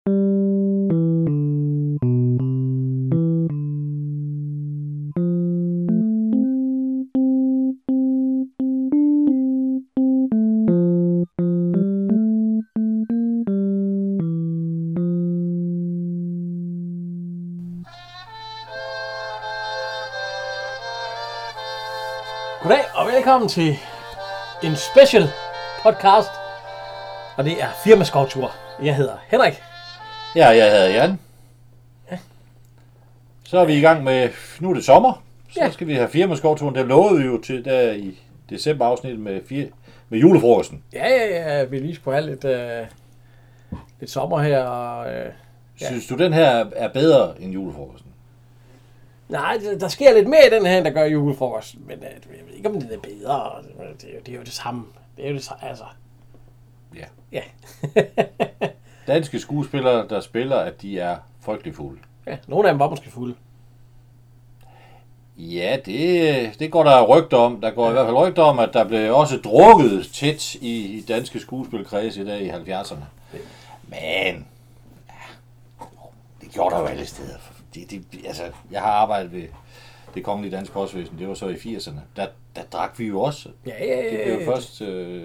Goddag og velkommen til en special podcast, og det er firmaskovtur. Jeg hedder Henrik. Ja, jeg hedder Jan. Ja. Så er vi i gang med, nu er det sommer, så skal vi have firmaskovturen. Det lovede vi jo til der i december afsnit med julefrokosten. Ja, vi lige skulle have lidt sommer her. Og, Synes du, den her er bedre end julefrokosten? Nej, der sker lidt mere i den her, der gør julefrokosten, men jeg ved ikke, om den er bedre. Det er jo det samme. Det er jo det samme, altså. Ja. Danske skuespillere, der spiller, at de er frygtelig fulde. Ja, nogle af dem var måske fulde. Ja, det går der rygter om. Der går i hvert fald rygter om, at der blev også drukket tæt i danske skuespilkredse i dag i 70'erne. Men det gjorde der jo alle steder. Altså, jeg har arbejdet ved det kongelige danske postvæsen, det var så i 80'erne. Der drak vi jo også. Ja. Det blev jo først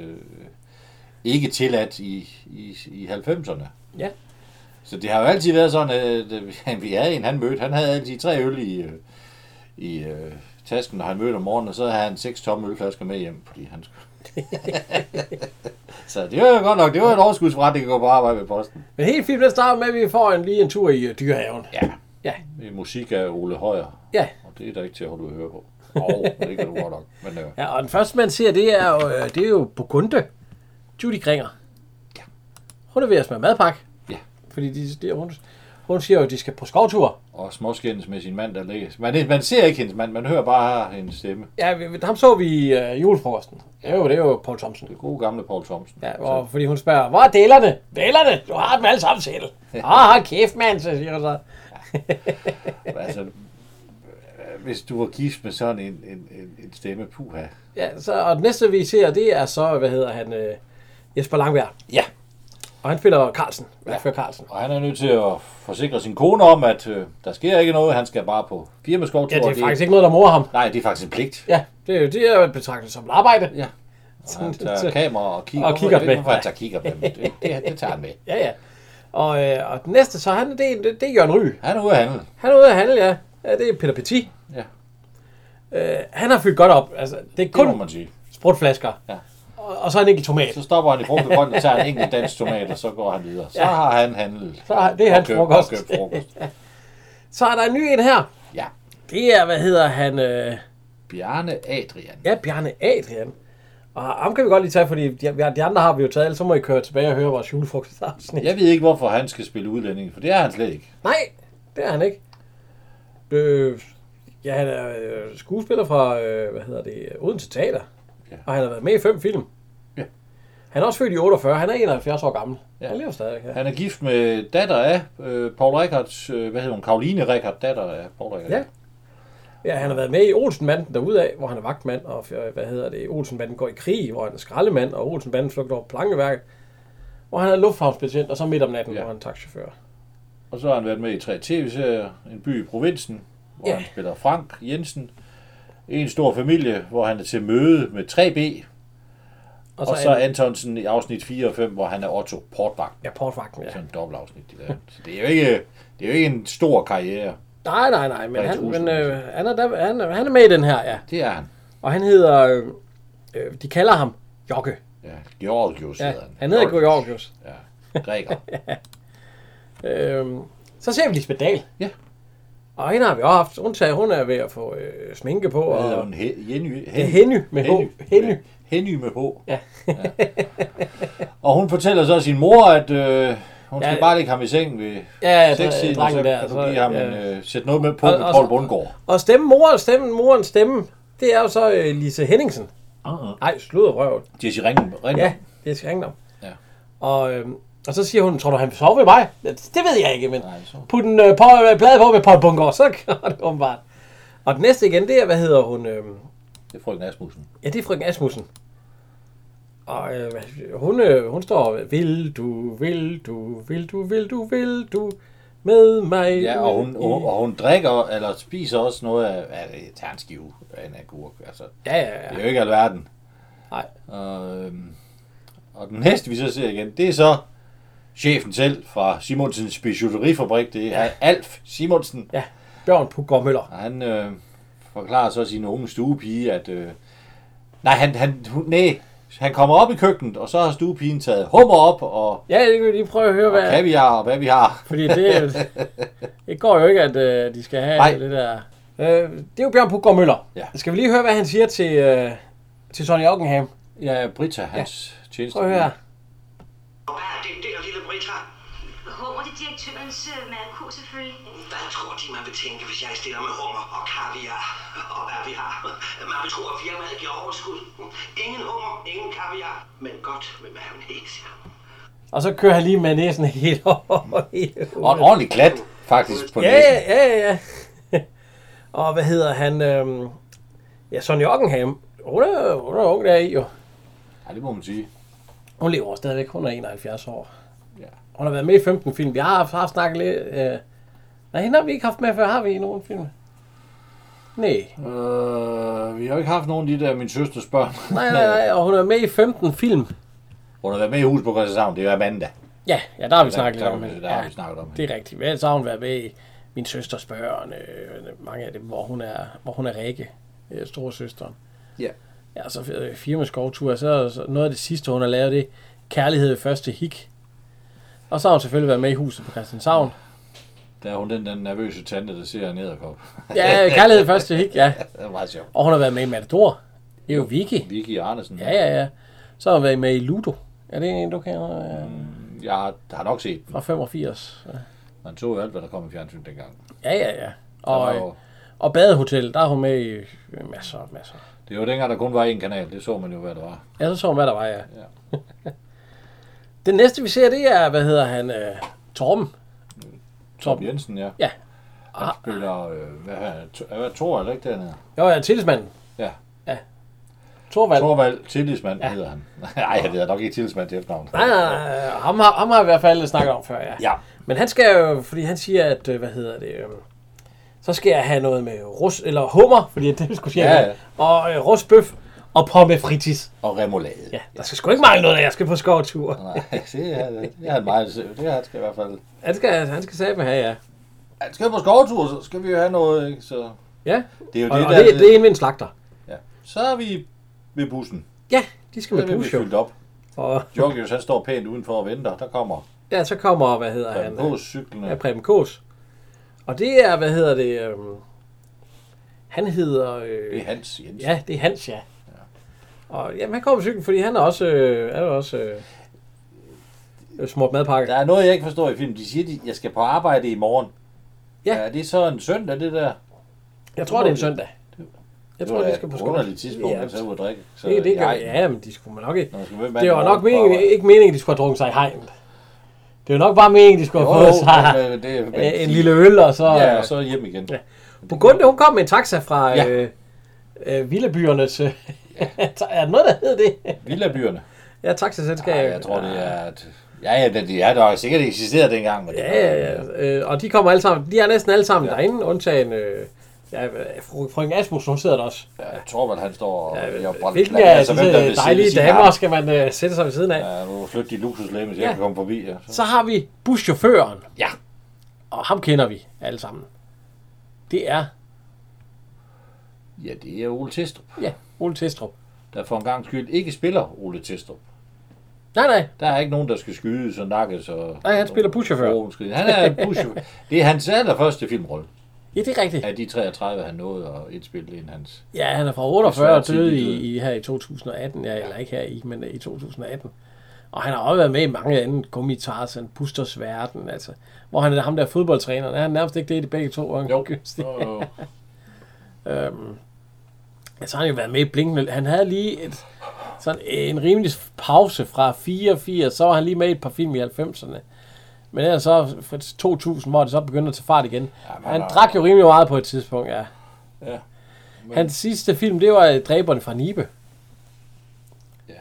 ikke tilladt i 90'erne. Ja. Så det har jo altid været sådan, at vi havde en, han havde altid 3 øl i tasken, når han mødte om morgenen, og så havde han 6 tomme ølflasker med hjem, fordi han skulle... Så det var jo godt nok, det var en overskudsforretning at gå på arbejde ved posten. Men helt fint, det starter med, at vi får lige en tur i Dyrehaven. Ja. Med musik af Ole Højer. Ja. Og det er der ikke til at holde ud at høre på. Det kan du godt nok. Men, Ja, og den første, man ser, det er jo Burgunde. Judy Gringer. Ja. Hun er ved at smøre madpakke. Ja. Fordi hun siger jo, at de skal på skovtur. Og småskændes med sin mand, der ligger. Man ser ikke hendes mand, man hører bare hendes stemme. Ja, ham så vi i julefrokosten. Det er jo Poul Thomsen. Det gode gamle Poul Thomsen. Ja, og fordi hun spørger, hvor er delerne? Delerne? Du har dem alle sammen selv. Kæft, mand, så siger hun så. Altså, hvis du var gift med sådan en stemme, puha. Ja, og det næste vi ser, det er så, Jesper Langberg. Ja. Og han spiller Carlsen. Ja. Carlsen. Og han er nødt til at forsikre sin kone om, at der sker ikke noget. Han skal bare på firmaskovtur. Ja, det er faktisk ikke noget, der morer ham. Nej, det er faktisk en pligt. Ja, det er jo betragtet som et arbejde. Ja. Og han tager kamera og kigger. Og kigger med. Hvorfor han tager kigger med? Det tager han med. Ja. Og den næste, så det er Jørgen Ryg. Han er ude at handle. Ja. Det er Peter Petit. Ja. Han har fyldt godt op. Altså, det er kun må man sige. Sprutflasker. Ja. Og så en enkelt tomat. Så stopper han i frugt og grønt og tager en enkelt dansk tomat, og så går han videre. Så har han handlet. Det er hans frokost. frokost. Så er der en ny en her. Ja. Det er, hvad hedder han? Bjarne Adrian. Ja, Bjarne Adrian. Og ham kan vi godt lige tage, fordi de andre har vi jo taget, ellers så må I køre tilbage og høre vores julefrokostafsnit. Jeg ved ikke, hvorfor han skal spille udlænding, for det er han slet ikke. Nej, det er han ikke. Han er skuespiller fra, Odense Teater. Ja. Og han har været med i 5 film. Ja. Han er også født i 48, han er 71 år gammel. Ja. Han lever stadig. Ja. Han er gift med datter af Paul Reichardts, Caroline Reichard, datter af Paul Reichard. Ja. Ja, han har været med i Olsenbanden derudaf, hvor han er vagtmand, og Olsenbanden går i krig, hvor han er skraldemand, og Olsenbanden flugter over plankeværket, hvor han er lufthavnsbetjent, og så midt om natten, hvor han er taxichauffør. Og så har han været med i 3 tv-serier, En by i provinsen, hvor han spiller Frank Jensen, En stor familie, hvor han er til møde med 3B, og så Antonsen i afsnit 4 og 5, hvor han er Otto, portvagten. Ja, portvagten, ja. Sådan en dobbeltafsnit, det der. Så det er jo ikke en stor karriere. Nej, men han er med i den her, ja. Det er han. Og han hedder, de kalder ham Jokke. Ja, Georgius hedder han. Han hedder Georgius. Ja, græker. Så ser vi Lisbeth Dahl. Ja. Og hende har vi også haft. Hun er ved at få sminke på. Hvad hedder og hun? Henny med H. Henny med H. Ja. Og hun fortæller så sin mor, at hun skal bare lægge ham i sengen ved 6-tiden, og så kan du give ham sætte noget med på med Poul Bundgaard. Og morens stemme, det er jo så Lise Henningsen. Nej, sludderrøv. Jessie Ringdom. Ja, Jessie Ringdom. Ja. Og så siger hun, tror du han vil sove ved mig? Det ved jeg ikke, men put en plade på med Poul Bundgaard, så gør det åbenbart. Og den næste igen, det er, hvad hedder hun? Det er frøken Asmussen. Ja, det er frøken Asmussen. Og hun står, vil du med mig? Ja, og hun drikker, eller spiser også noget af ternskive af en agurk. Altså, Ja. det er jo ikke alverden. Nej. Og den næste, vi så ser igen, det er så chefen selv fra Simonsens Bijouteriefabrik. Det er Alf Simonsen. Ja, Bjørn Puggaard-Møller. Og han forklarer så sin unge stuepige, at... han kommer op i køkkenet, og så har stuepigen taget hummer op, og... Ja, det kan vi lige prøve at høre, hvad vi har. Fordi det går jo ikke, at de skal have det der... det er jo Bjørn Puggaard-Møller. Ja. Skal vi lige høre, hvad han siger til Sonny Ockenham? Ja, Britta, hans tjeneste. Prøv at høre. Det der lille Britta. Hummer, det er direktørens madkur selvfølgelig. Hvad tror de, man vil tænke, hvis jeg stiller med hummer og kaviar og hvad vi har? Man vil tro, at firmaet giver overskud. Ingen hummer, ingen kaviar, men godt med mayonnaise. Og så kører han lige med næsen helt over. Og en ordentlig klat, faktisk, på næsen. Ja. Og hvad hedder han? Sonny Ockenham. Hun er ung der i, jo. Ja, det må man sige. Hun lever stadigvæk. Hun er 71 år. Ja. Hun har været med i 15 film. Vi har haft snakket lidt... Nej, hende har vi ikke haft med før. Har vi i nogen film? Nej. Vi har jo ikke haft nogen af de der Min Søsters Børn. Nej. Og hun er med i 15 film. Hun har været med i Hus på Christianshavn. Det er jo Amanda. Ja, der har vi snakket lidt om hende. Der har vi snakket om hende. Det er rigtigt. Men så har hun været med i Min Søsters Børn. Mange af dem, hvor hun er Rikke. Storesøsteren. Ja. Ja, så Firma Skovtur. Så noget af det sidste, hun har lavet, det Kærlighed ved første hik. Og så har hun selvfølgelig været med i Huset på Christianshavn. Der er hun den nervøse tante, der ser en edderkop. Ja, Kærlighed ved første hik, ja. Det er meget sjovt. Og hun har været med i Matador. Det er jo Vicky. Vicky Arnesen. Ja. Så har hun været med i Ludo. Er det en, du kan? Jeg har nok set den. Fra 85. Ja. Man så jo alt, hvad der kom i fjernsyn dengang. Ja. Og Badehotel, der er hun med i masser. Det var dengang, der kun var én kanal. Det så man jo, hvad der var. Ja, så hvad der var, ja. Den næste, vi ser, det er, hvad hedder han? Torben Jensen, ja. Ja. Han spiller, hvad Thor, eller ikke dernede? Jo, ja, tillidsmanden. Ja. Thorvald Tillidsmand hedder han. Nej, han hedder nok ikke Tillidsmand til efternavn. Nej. Ham har i hvert fald snakket om før, Ja. Men han skal jo, fordi han siger, at, så skal jeg have noget med rust, eller hummer, fordi det skulle sige, ja. Og rustbøf, og pommes frites. Og remoulade. Ja, der skal sgu ikke mangle noget, jeg skal på skovtur. Nej, det er han meget, det han skal i hvert fald. Han skal sæbe have, ja. Han skal på skovtur, så skal vi jo have noget, ikke? Så Ja, det er jo og det er inde ved en slagter. Ja. Så er vi ved bussen. Ja, de skal med bus, bus, jo. Fyldt op. Og Jorgius, han står pænt udenfor og venter. Der kommer... Ja, så kommer, hvad hedder Preben han? Kås cyklen. Ja, Preben Kås. Og det er, hvad hedder det? Han hedder... det er Hans Jensen. Ja, det er Hans, ja. Og jamen, han kommer på cyklen, fordi han er også... smurt madpakke. Der er noget, jeg ikke forstår i filmen. De siger, at jeg skal på arbejde i morgen. Ja. Er det så en søndag, det der? Jeg tror, det er en søndag. Jeg tror, de skal på skole. Det er et tidspunkt, at tage ud og drikke. Så det gør ja, men de skulle man nok ikke. Det var nok ikke meningen, de skulle have drukket sig i hegnet. Det var nok bare meningen, de skulle have fået sig en lille øl, og så... Ja, og så hjem igen. Ja. Burgundy, hun kom med en taxa fra Villabyernes... er der noget, der hedder det? Villabyerne? Ja, taxaselskab. Ja, jeg tror, det er... Ja, der har sikkert eksisteret dengang. Men ja. Og de kommer alle sammen... De er næsten alle sammen derinde, undtagen... frøken Asmussen, hun sidder der også. Ja, Thorvald, han står og... Hvilken af disse dejlige damer skal man sætte sig ved siden af? Ja, nu flytter de luksuslæge, hvis jeg kan komme forbi. Ja. Så har vi buschaufføren. Ja. Og ham kender vi alle sammen. Det er... Ja, det er Ole Testrup. Ja, Ole Testrup. Der for en gang skyld ikke spiller Ole Testrup. Nej. Der er ikke nogen, der skal skydes og nakkes. Nej, han spiller buschauffør. Han er buschauffør. Det er hans allerførste filmrolle. Ja, det er rigtigt. Af de 33, han nåede at indspille inden hans... Ja, han er fra 48 og døde her i 2018. Ja, eller ikke her i, men i 2018. Og han har også været med i mange andre Gummitarsen, Busters Verden, altså. Hvor han er ham der fodboldtræneren. Er han nærmest ikke det i de begge to? Jo. Så har han jo været med i Blinkende. Han havde lige en rimelig pause fra 84, så var han lige med i et par film i 90'erne. Men ellers så fra 2000, hvor det så begyndte at tage fart igen. Ja, han drak jo rimelig meget på et tidspunkt, ja. Hans sidste film, det var Dræberne fra Nibe. Ja.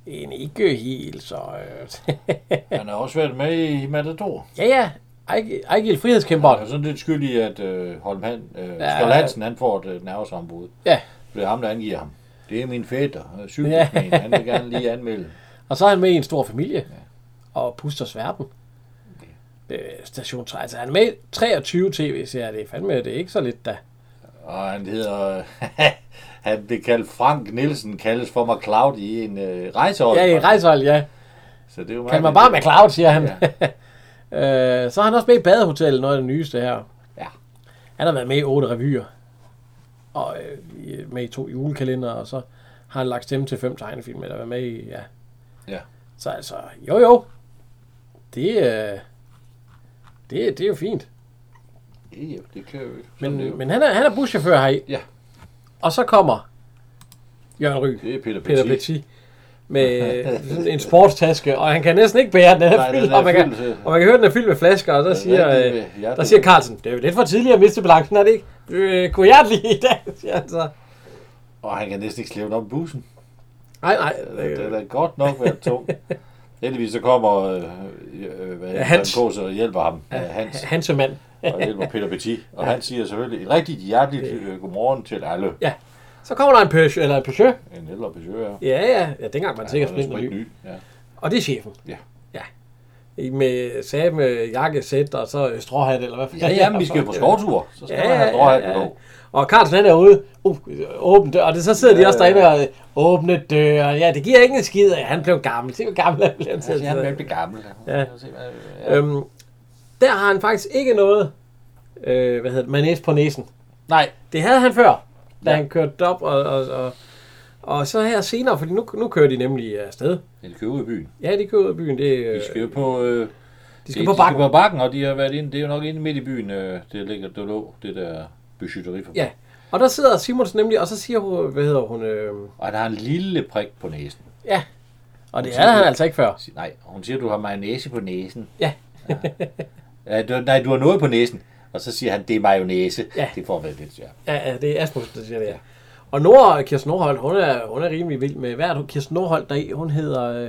en ikke helt, så... Han har også været med i Matador. Ja. Ejgil Frihedskæmper. Han er sådan lidt skyldig i, at Skjold Hansen, han får et nervesambrud. Ja. Det er ham, der angiver ham. Det er min fætter, cykelmænd. Han vil gerne lige anmelde. Og så er han med i En stor familie. Og Pusters Verden. Station 3. Altså han er med i 23 tv-serier. Det er fandme, det er ikke så lidt da. Og han hedder... han blev kaldt Frank Nielsen, kaldes for McCloud i en rejsehold. Ja, i rejsehold, ja. Så det er jo kan man bare McCloud, siger han. Ja. Så er han også med i Badehotellet, noget af det nyeste her. Ja. Han har været med i 8 revyer. Og med i 2 julekalender, og så har han lagt stemme til 5 tegnefilm, eller været med i, Ja. Så altså, jo. Det er jo fint. Ja, det kan jo ikke. Men han er buschauffør heri. Ja. Og så kommer Jørgen Ryg. Det er Peter Petit. Med sådan en sportstaske, og han kan næsten ikke bære den her fyldt, og man kan høre, den er fyldt med flasker, og så siger Carlsen, det er jo lidt for tidligt at miste balancen, er det ikke? Kunne jeg lige i dag, siger han så. Og han kan næsten ikke slæve den op i bussen. Nej. Det er da godt nok været tungt. Heldigvis så kommer Hans og hjælper ham. Hans mand. Og hjælper Peter Petit. Og han siger selvfølgelig et rigtig hjerteligt godmorgen til alle. Ja. Så kommer der en Peugeot. En ældre Peugeot, ja. Ja, dengang var den sikkert ny. Ja. Og det er chefen. Ja. Med samme jakkesæt og så stråhat, eller hvad? Ja, men vi skal på skovtur. Så skal man have stråhat på. Og Carlsen han er ude, åbne dør, og så sidder de også derinde og åbne dør. Ja, det giver ikke en skid. Han blev gammel. Se, hvor gammel han blev. Han blev gammel. Ja. Der har han faktisk ikke noget, mayonnaise på næsen. Nej. Det havde han før, da han kørte op, og så her senere, fordi nu kører de nemlig afsted. Ja, de kører ud i byen. Ja, de kører ud i byen. De skal jo på... de skal på bakken, og de har været inde. Det er jo nok inde midt i byen, det lå det der budgetteri for. Ja, og der sidder Simonsen nemlig, og så siger hun, hvad hedder hun? Og der har en lille prik på næsen. Ja, og det havde han altså ikke før. Nej, hun siger, du har mayonnaise på næsen. Ja. Nej, du har noget på næsen. Og så siger han, det er mayonnaise. Ja. Det får været lidt, ja. Ja, det er Asmus, der siger det, ja. Og Kirsten Nordholt, hun er rimelig vild med, hvad er du, Kirsten Nordholt deri? Hun hedder...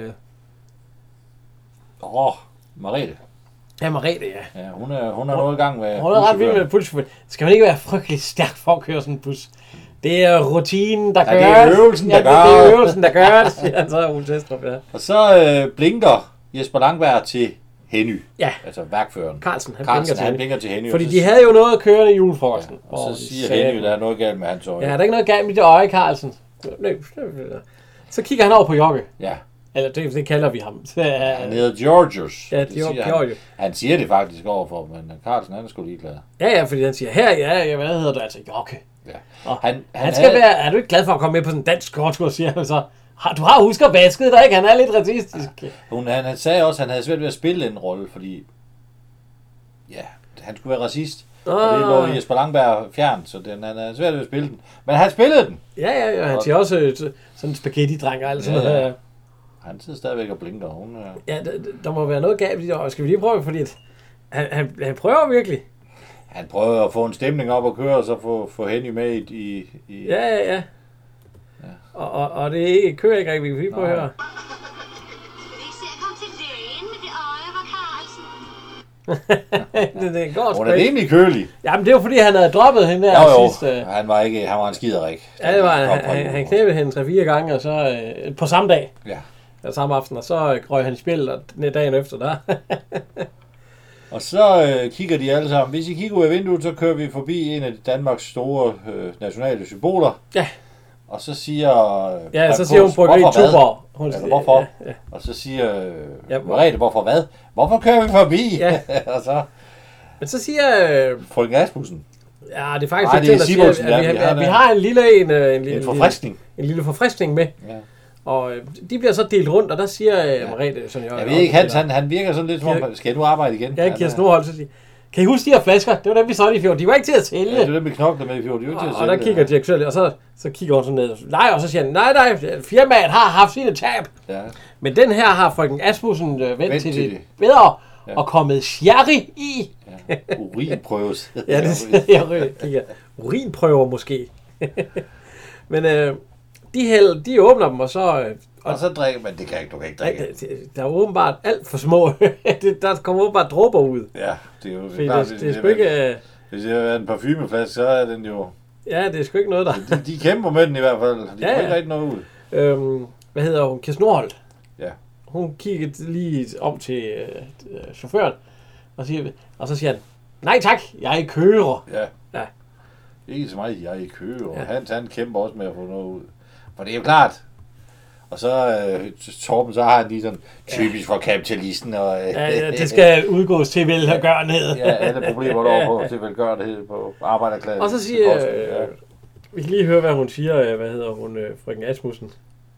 Merete. Ja, Merete, ja. Ja, hun er noget i gang med... Hun er ret vild med buschauffør. Skal man ikke være frygtelig stærk for at køre sådan en bus? Det er rutinen, der gør det. Det er øvelsen, der gør det. Det er øvelsen, der gør det, siger han så, Ole Testrup, ja. Og så blinker Jesper Langberg til Henny. Ja. Altså værkføreren. Carlsen, han blinker til Henny. Fordi de havde jo noget kørende i julefrokosten. Ja, og så siger Henny, der er noget galt med hans øje. Ja, der er ikke noget galt med det øje, Carlsen. Så kigger han over på Jokke. Ja. Eller det kalder vi ham. Han hedder Georgius. Ja, Georgius. Han siger det faktisk overfor, men Carlsen han er sgu ligeglad. Ja, fordi han siger, her, hvad hedder du? Altså, Jokke. Ja. Han skal være, er du ikke glad for at komme med på sådan en dansk korttur, siger han så. Du har husket basket der, ikke? Han er lidt racistisk. Ja. Han sagde også, at han havde svært ved at spille en rolle, fordi han skulle være racist. Og det lå Jesper Langberg fjern, så han havde svært ved at spille den. Men han spillede den! Ja, han siger også sådan en spaghetti-dreng og alt sådan noget. Ja. Han sidder stadigvæk og blinker. Ja, der må være noget galt i det, og skal vi lige prøve, fordi han prøver virkelig. Han prøver at få en stemning op og køre, og så få Henny med i... Ja. Og det kører ikke rigtig, vi kan prøve at høre. det går hun er rimelig kølig. Jamen det var fordi han havde droppet hende der sidste. Han var en skiderik. Ja, det var han knæppede hende 3-4 gange og så på samme dag. Ja. Eller samme aften, og så røg han i spil og dagen efter der. Og så kigger de alle sammen. Hvis I kigger ud af vinduet, så kører vi forbi en af Danmarks store nationale symboler. Ja. Og så siger... så siger hun på et Tuborg. Hvorfor? Ja. Og så siger Merete, hvorfor hvad? Hvorfor kører vi forbi? Ja. Og så... Men så siger... Frøken Asmussen. Ja, det er faktisk ikke det, der siger, at vi har en lille forfriskning. En lille forfriskning med. Ja. Og de bliver så delt rundt, og der siger Merete... Jeg ved ikke, han virker sådan lidt som om, skal du arbejde igen? Ja, Kirsten Nordholt, så siger, kan I huske de her flasker? Det var dem, vi solgte i fjor. De var ikke til at sælge. Ja, det var dem, vi knoklede med i fjor. De var ikke til at sælge. Og der kigger direktøren, og så kigger hun sådan ned. Nej, og så siger han, nej, firmaet har haft sine tab. Ja. Men den her har frøken Asmussen vendt til det bedre og kommet sherry i. Ja. Urinprøves. Ja, det kigger. Urinprøver måske. Men de åbner dem, og Og så drikker man, det kan ikke, du kan ikke drikke. Der er åbenbart alt for små. Der kommer åbenbart dråber ud. Ja, det er jo klart. Det er sgu ikke... Hvis det er en parfumeflaske, så er den jo... Ja, det er sgu ikke noget, der... De kæmper med den i hvert fald. De får ikke rigtig noget ud. Hvad hedder hun? Kirsten Nordholt. Ja. Hun kiggede lige om til chaufføren, og så siger han, nej tak, jeg kører. Ja. Ikke så meget, jeg er kører. Ja. Han kæmper også med at få noget ud. For det er jo klart. Og så Torben, så har han lige sådan typisk for kapitalisten. Og, det skal udgås til velgørenhed. Ja, alle problemer derovre på til velgørenhed på arbejderklassen. Og så siger, vi kan lige høre, hvad hun siger, hvad hedder hun, frøken Asmussen.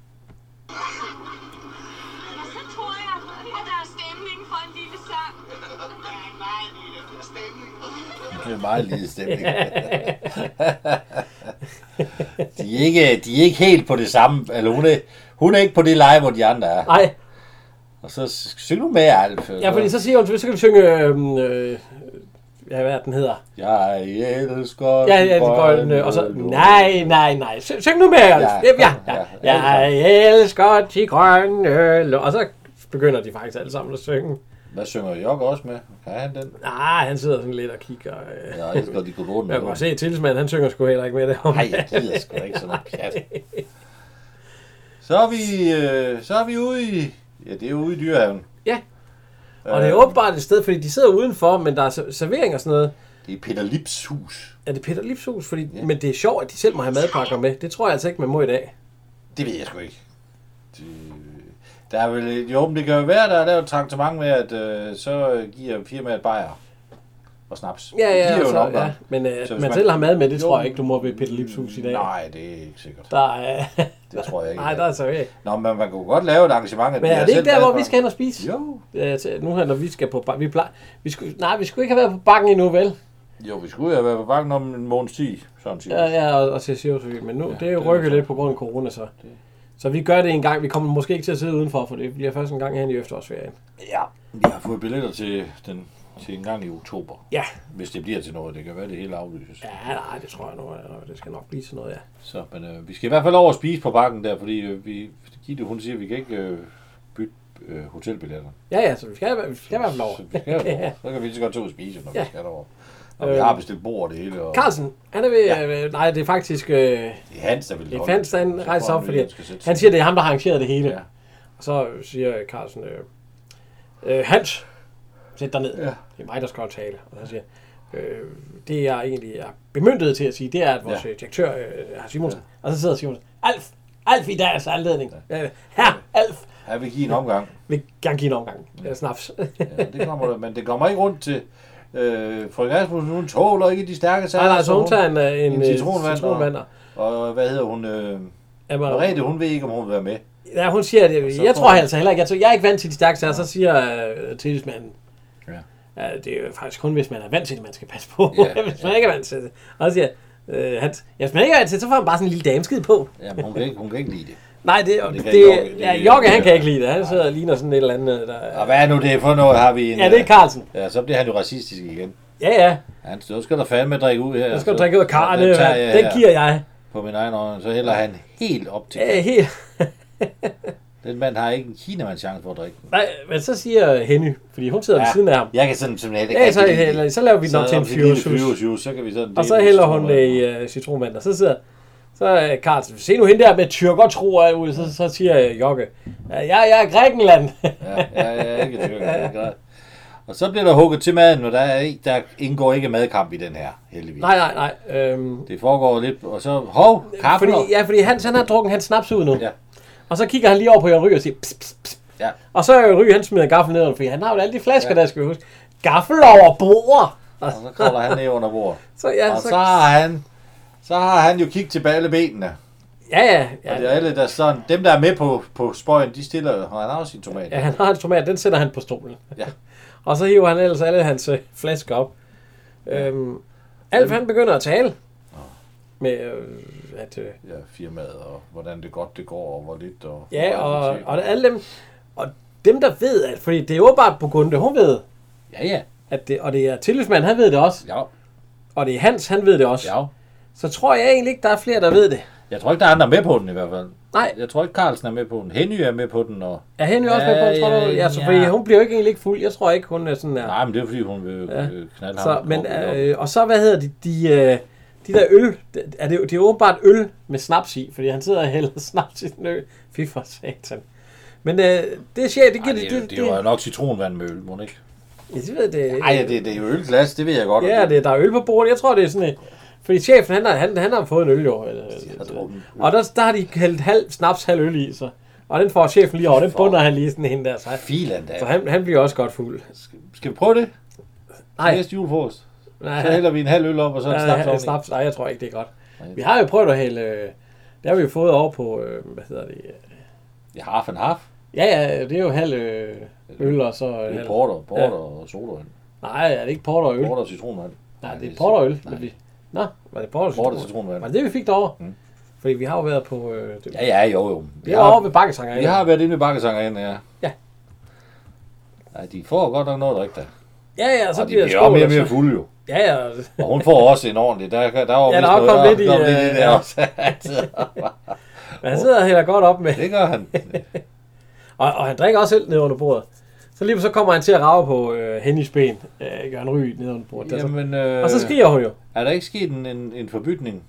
Så tror jeg, at der er stemning for en lille sang. Det er meget lille stemning. De er ikke helt på det samme, eller hun er ikke på det leje, hvor de andre er. Nej. Og så syng nu med, Alf. Ja, fordi så siger hun, så kan du synge, hvad den hedder? Jeg elsker det grønne, og så, nej, syng nu med, Alf. Jeg elsker de grønne, og så begynder de faktisk alle sammen at synge. Hvad synger Jok også med? Kan han den? Nej, han sidder sådan lidt og kigger. Jeg elsker de corona. Jeg kan se, tillidsmanden, han synger sgu heller ikke med det. Nej, jeg gider sgu ikke sådan noget pjat. Så er vi ude i... Ja, det er ude i Dyrehaven. Ja. Og det er åbenbart et sted, fordi de sidder udenfor, men der er servering og sådan noget. Det er Peter Lips hus. Ja, det er Peter Lips hus, fordi, men det er sjovt, at de selv må have madpakker med. Det tror jeg altså ikke, man må i dag. Det ved jeg sgu ikke. Der er vel... Jo, men det kan jo være, der er lavet traktement med, at så giver firmaet bajer og snaps. Ja, men man selv har mad med, det tror jeg ikke, du må ved Peter Lips hus i dag. Nej, det er ikke sikkert. Det tror jeg ikke. Nej, der er så ikke. Nå, men man kunne godt lave et arrangement. Men er det ikke der, hvor vi skal hen og spise? Jo. Nu her, når vi skal på bakken. Vi skulle ikke have været på bakken endnu, vel? Jo, vi skulle have været på bakken om en måneds tid, sådan siger. Ja, og til Sivsvig. Men nu, det er jo rykket lidt på grund af corona, så. Så vi gør det en gang. Vi kommer måske ikke til at sidde udenfor, for det bliver først en gang hen i efterårsferien. Ja, vi har fået billetter til en gang i oktober. Ja. Hvis det bliver til noget. Det kan være, det hele aflyses. Ja, nej, det tror jeg nu. Det skal nok blive til noget, ja. Så, men vi skal i hvert fald over at spise på bakken der, fordi Gitte, hun siger, at vi kan ikke bytte hotelbilletter. Ja, så vi skal i hvert fald over. Så kan vi lige så godt tage ud og spise, når vi skal derover. Og vi har bestilt bord det hele. Og... Carlsen, han er ved... nej, det er faktisk... det er Hans, der vil holde. Det er Hans, der rejser op, fordi han siger, det er ham, der har arrangeret det hele. Ja. Og så siger Carlsen, Hans, sæt dig ned. Ja. Det er mig, der skal tale. Og så siger det jeg egentlig er bemyndiget til at sige, det er, at vores direktør, Simonsen, og så sidder Simonsen, Alf i dags anledning. Her, Alf. Han vil give en omgang. Vil gerne give en omgang. Snaps. Ja, det kommer der, men det kommer ikke rundt til... Frøken Asmussen, hun tåler ikke de stærke sager. Nej, så hun tager en citronvand. Og hvad hedder hun? Merete, hun ved ikke, om hun vil være med. Ja, hun siger, jeg tror altså heller ikke. Jeg er ikke vant til de stærke sager, så siger tillidsmanden. Ja, det er jo faktisk kun, hvis man er vant til det, man skal passe på. Ja, hvis man ikke er vant til det. Og så siger hvis man ikke er vant til det, så får man bare sådan en lille dameskid på. Ja, men hun kan ikke lide det. Nej, Jokke, han kan ikke lide det. Han sidder og ligner sådan et eller andet. Og hvad er nu det for noget, har vi en... Ja, det er Carlsen. Ja, så bliver han jo racistisk igen. Ja. Så skal der fandme drikke ud her. Så skal du drikke ud af karne. Den giver jeg. På min egen øjne, så hælder han helt op til. Ja, helt. Den mand har ikke en kinamands chance for at drikke. Nej, men så siger Henny, fordi hun sidder ved siden af ham. Jeg kan sådan simpelthen ikke... Så laver vi den op til en fyrhusjus. Så kan vi sådan... Og så hælder hun i citronvand, og så sidder... Så Carlsen, se nu hende der med tyrker ud, så siger Jokke, jeg er Grækenland. Jeg er ikke tyrker. Og så bliver der hugget til maden, og der indgår ikke madkamp i den her, heldigvis. Nej. Det foregår lidt, og så, kaffe. Fordi han har drukket hans snaps ud nu. Ja. Og så kigger han lige over på Jørgen Ryg og siger, pss. Ja. Og så er Ryg, han smider gaffel ned, fordi han har jo alle de flasker, der skal vi huske. Gaffel over bordet. Og så kravler han ned under bordet. Så har han jo kigget til alle benene. Ja. Og det er alle, der sådan, dem der er med på spøjen, de stiller, og han har også sin tomat. Ja, han har en tomat, den sætter han på stolen. Ja. Og så hiver han ellers alle hans flasker op. Alf, han begynder at tale. Med at... firmaet, og hvordan det godt det går, og hvor lidt. Og alle dem, der ved, at, fordi det er jo bare på Gunde, hun ved. Ja. Og det er tillidsmand, han ved det også. Ja. Og det er Hans, han ved det også. Ja. Så tror jeg egentlig ikke, der er flere, der ved det. Jeg tror ikke, der er andre med på den i hvert fald. Nej. Jeg tror ikke, Carlsen er med på den. Henny er med på den. Og... Er Henny også med på den, tror du? Altså, fordi hun bliver jo ikke egentlig ikke fuld. Jeg tror ikke, hun er sådan der. Nej, men det er fordi, hun vil knalde så, ham. Men, og så, hvad hedder de der øl, det er åbenbart øl med snaps i, fordi han sidder og hælder snaps i den øl. Fy for satan. Men det er sjæt, det giver det var nok citronvand med øl, må det ikke? Ja, det ved det. Nej, det er jo ølglas, det ved jeg godt. Ja, der er øl på bordet. Jeg tror, det er sådan et... Fordi chefen, han har fået en øl, jo. Og der har de hældt halv snaps, halv øl i, så. Og den får chefen lige over. Den bunder han lige sådan hen der. Så han bliver også godt fuld. Skal vi prøve det? Nej. Næste julefrokost. Så hælder vi en halv øl op, og så en snaps. Nej, jeg tror ikke, det er godt. Vi har jo prøvet at hælde... Det har vi jo fået over på... Hvad hedder det? Ja, half and half. Ja, det er jo halv øl, og så... Det er porter og sodavand. Nej, er det ikke porter og øl? Porter og citronvand. Nej, det er porter og øl. Nå, var det porter og citronvand? Var det det, vi fik derovre? Fordi vi har jo været på... Jo. Vi har over ved Bakkesanger. Vi har været inde ved Bakkesanger, ja. Ja. Nej, de får godt nok noget at drikke der. Ja, så bliver det skål. Og de bliver mere fulde jo. Ja. Og hun får også en ordentlig. Der var der er kommet lidt i... der også. Men han sidder og hælder godt op med. Det gør han. og han drikker også selv ned under bordet. Så lige så kommer han til at rave på Hennys ben. Jørgen Ry ned under bordet. Jamen, og så skriger hun jo. Er der ikke sket en forbytning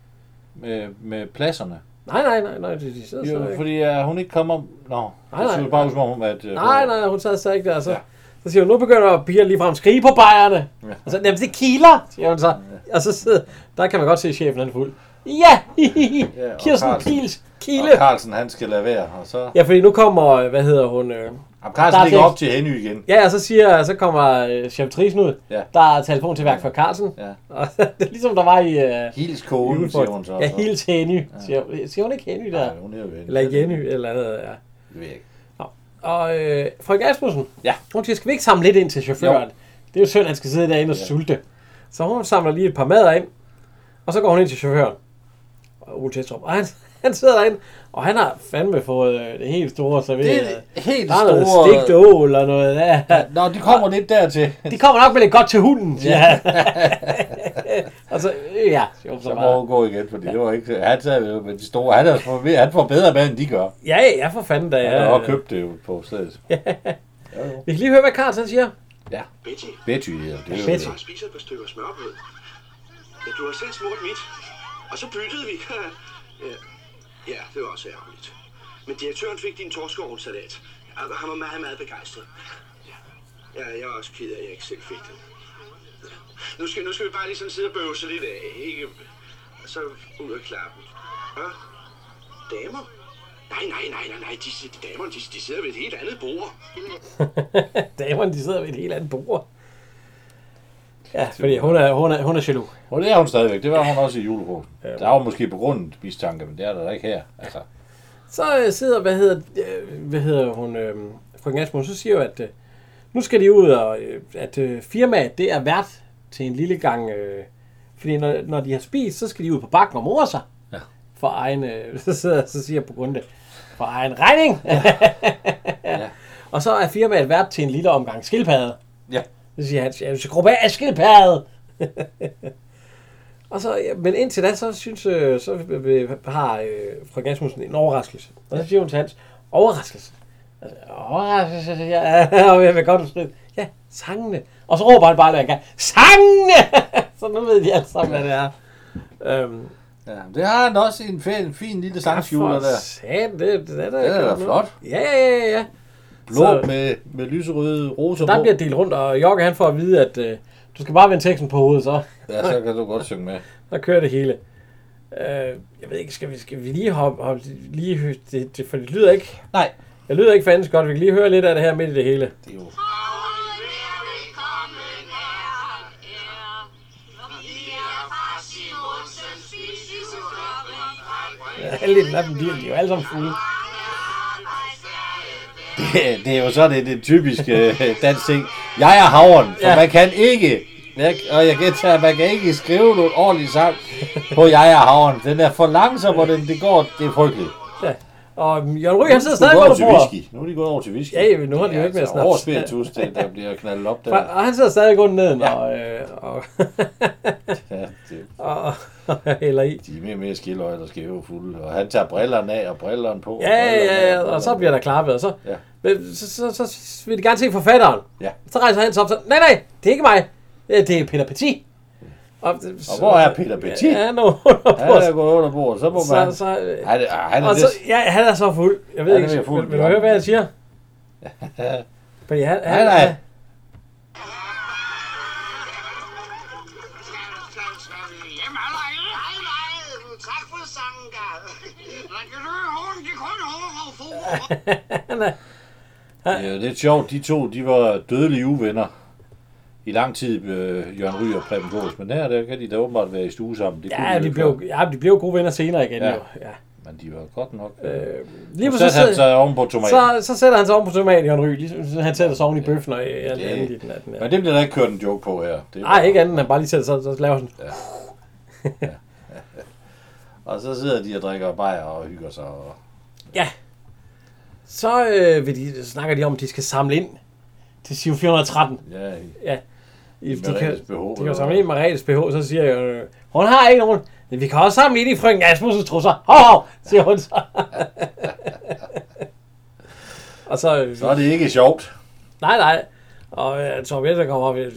med pladserne? Nej, de sidder jo, fordi hun ikke kommer... Nå, det synes bare som om, at... Nej, hun sad ikke der, så... Ja. Så siger hun, nu begynder pigerne lige frem at skrige på bajerne. Ja. Og så, jamen det kiler, siger hun så. Ja. Og så sidder, der kan man godt se chefen, han er fuld. Ja, Kirsten Kiels Kile. Og Carlsen, han skal lade være. Og så... Ja, fordi nu kommer, hvad hedder hun... Carlsen ligger op til Henny igen. Ja, og så kommer cheftrisen ud. Ja. Der er telefon til værk for Carlsen. Ja. Og det er ligesom der var i... Hils konen, siger hun så. Ja, Hils Henny. Ja. Siger hun ikke Henny der? Nej, hun er jo Henny. Eller ikke Henny, eller andet, ja. Det ved jeg ikke. Og Frøken Asmussen, hun siger, skal vi ikke samle lidt ind til chaufføren? Jo. Det er jo synd, han skal sidde derinde og sulte. Så hun samler lige et par mader ind, og så går hun ind til chaufføren. Og Ole Testrup. Og han sidder derinde, og han har fandme fået det helt store serveret. Det helt der er noget stegt ål og noget der. Nå, de kommer lidt dertil. De kommer nok med lidt godt til hunden, ja. Og så, så må hun gå igen, fordi det var ikke... Han sagde jo med de store... Han får bedre mad, end de gør. Ja, for fanden da. Han har også købt det jo på stedet. Vi kan lige høre, hvad Carlsen siger. Ja. Betty, ja. Det er jo Betty. Jeg spiser et par stykker smørbrød. Ja, du har selv smurt mit. Og så byttede vi. Ja, det var også ærgerligt. Men direktøren fik din torskeovnsalat. Han var meget, meget begejstret. Ja, jeg er også ked af, at jeg ikke selv fik den. Nu skal vi bare lige sådan sidde og bøvse lidt af, ikke? Og så ud af klappen. Ja? Damer? Nej. De damerne, de sidder ved et helt andet bord. Damerne, de sidder ved et helt andet bord. Ja, fordi hun er jaloux. Og det er hun stadigvæk. Det var hun også i julefrokosten. Ja. Der var måske på grund af mistanke, men det er der ikke her. Altså. Så sidder, hvad hedder hun, Frøken Asmussen, så siger jo, at nu skal de ud, og at firmaet, det er vært til en lille gang, fordi når de har spist, så skal de ud på bakken og more sig. Ja. For egen, så siger jeg på grund af, for egen regning. Ja. Og så er firmaet vært til en lille omgang skildpadde. Ja. Så siger han, jeg skal gruppe af skildpadde. Og så, men indtil da, så synes så har Frøken Asmussen en overraskelse. Og så siger hun til Hans, overraskelse. Altså, overraskelse, ja, og jeg vil godt skrive. Ja, sangene. Og så råber han bare, at jeg kan, sangene! Så nu ved de alle sammen, hvad det er. Ja, det har han også en fin lille sangskjuler der. Satan, det er da flot. Ja. Blå med lyserøde roser på. Der bliver delt rundt, og Jokke han får at vide, at du skal bare vende teksten på hovedet, så. Ja, så kan du godt synge med. Der kører det hele. Jeg ved ikke, skal vi lige hoppe lige det, for det lyder ikke. Nej. Det lyder ikke fandens godt. Vi kan lige høre lidt af det her midt i det hele. Det er jo... Alle af dem, de er jo alle sammen fulde. Det er jo så det typiske dansk ting. Jeg er havren, for man kan ikke, og jeg gætter, at man kan ikke skrive noget ordentligt sang på Jeg er havren. Den er for langsom, og det går, det er frygteligt. Ja. Og Jørgen Ry, han sidder stadig under bordet. Nu er de gået over til whisky. Ja, nu har de jo ikke mere snaps. Over spiritus, der bliver knaldet op der. Og han sidder stadig under neden, ja. og Eller i. De er mere og mere skilløje, der skæve fulde. Og han tager brillerne af og brillerne på. Ja, og så bliver der klappet, og så, så vil de gerne se forfatteren. Ja. Så rejser han sig op, så, nej, det er ikke mig. Det er Peter Petit. Og hvor er Peter Petit? Ja, han er gået under bordet, så må man... han er så fuld. Jeg ved ikke, vil du høre, hvad jeg siger? Fordi han Det er lidt sjovt, de to, de var dødelige uvenner i lang tid, Jørgen Ryg og Preben Kaas, men der kan de da åbenbart være i stue sammen. Det de blev gode venner senere igen, jo. Ja. Men de var godt nok. Lige så sætter han sig oven på tomaten. Så sætter han sig oven på tomaten, Jørgen Ryg. Ligesom han sætter sig oven i bøffen og alt andet i den. Men det bliver der ikke kørt en joke på her. Nej, ikke andet, han bare lige sætter sig, så laver sådan. Ja. Og så sidder de og drikker bajer og hygger sig. Ja. Så snakker de om, at de skal samle ind til SIV 413. Ja. De kan samle ind i Mercedes BH, så siger jeg, hun har ikke nogen. Men vi kan også samle ind i frøken Asmussens trusser. Hov, siger hun så. Og så er det ikke sjovt. Nej. Og Torvald kommer op.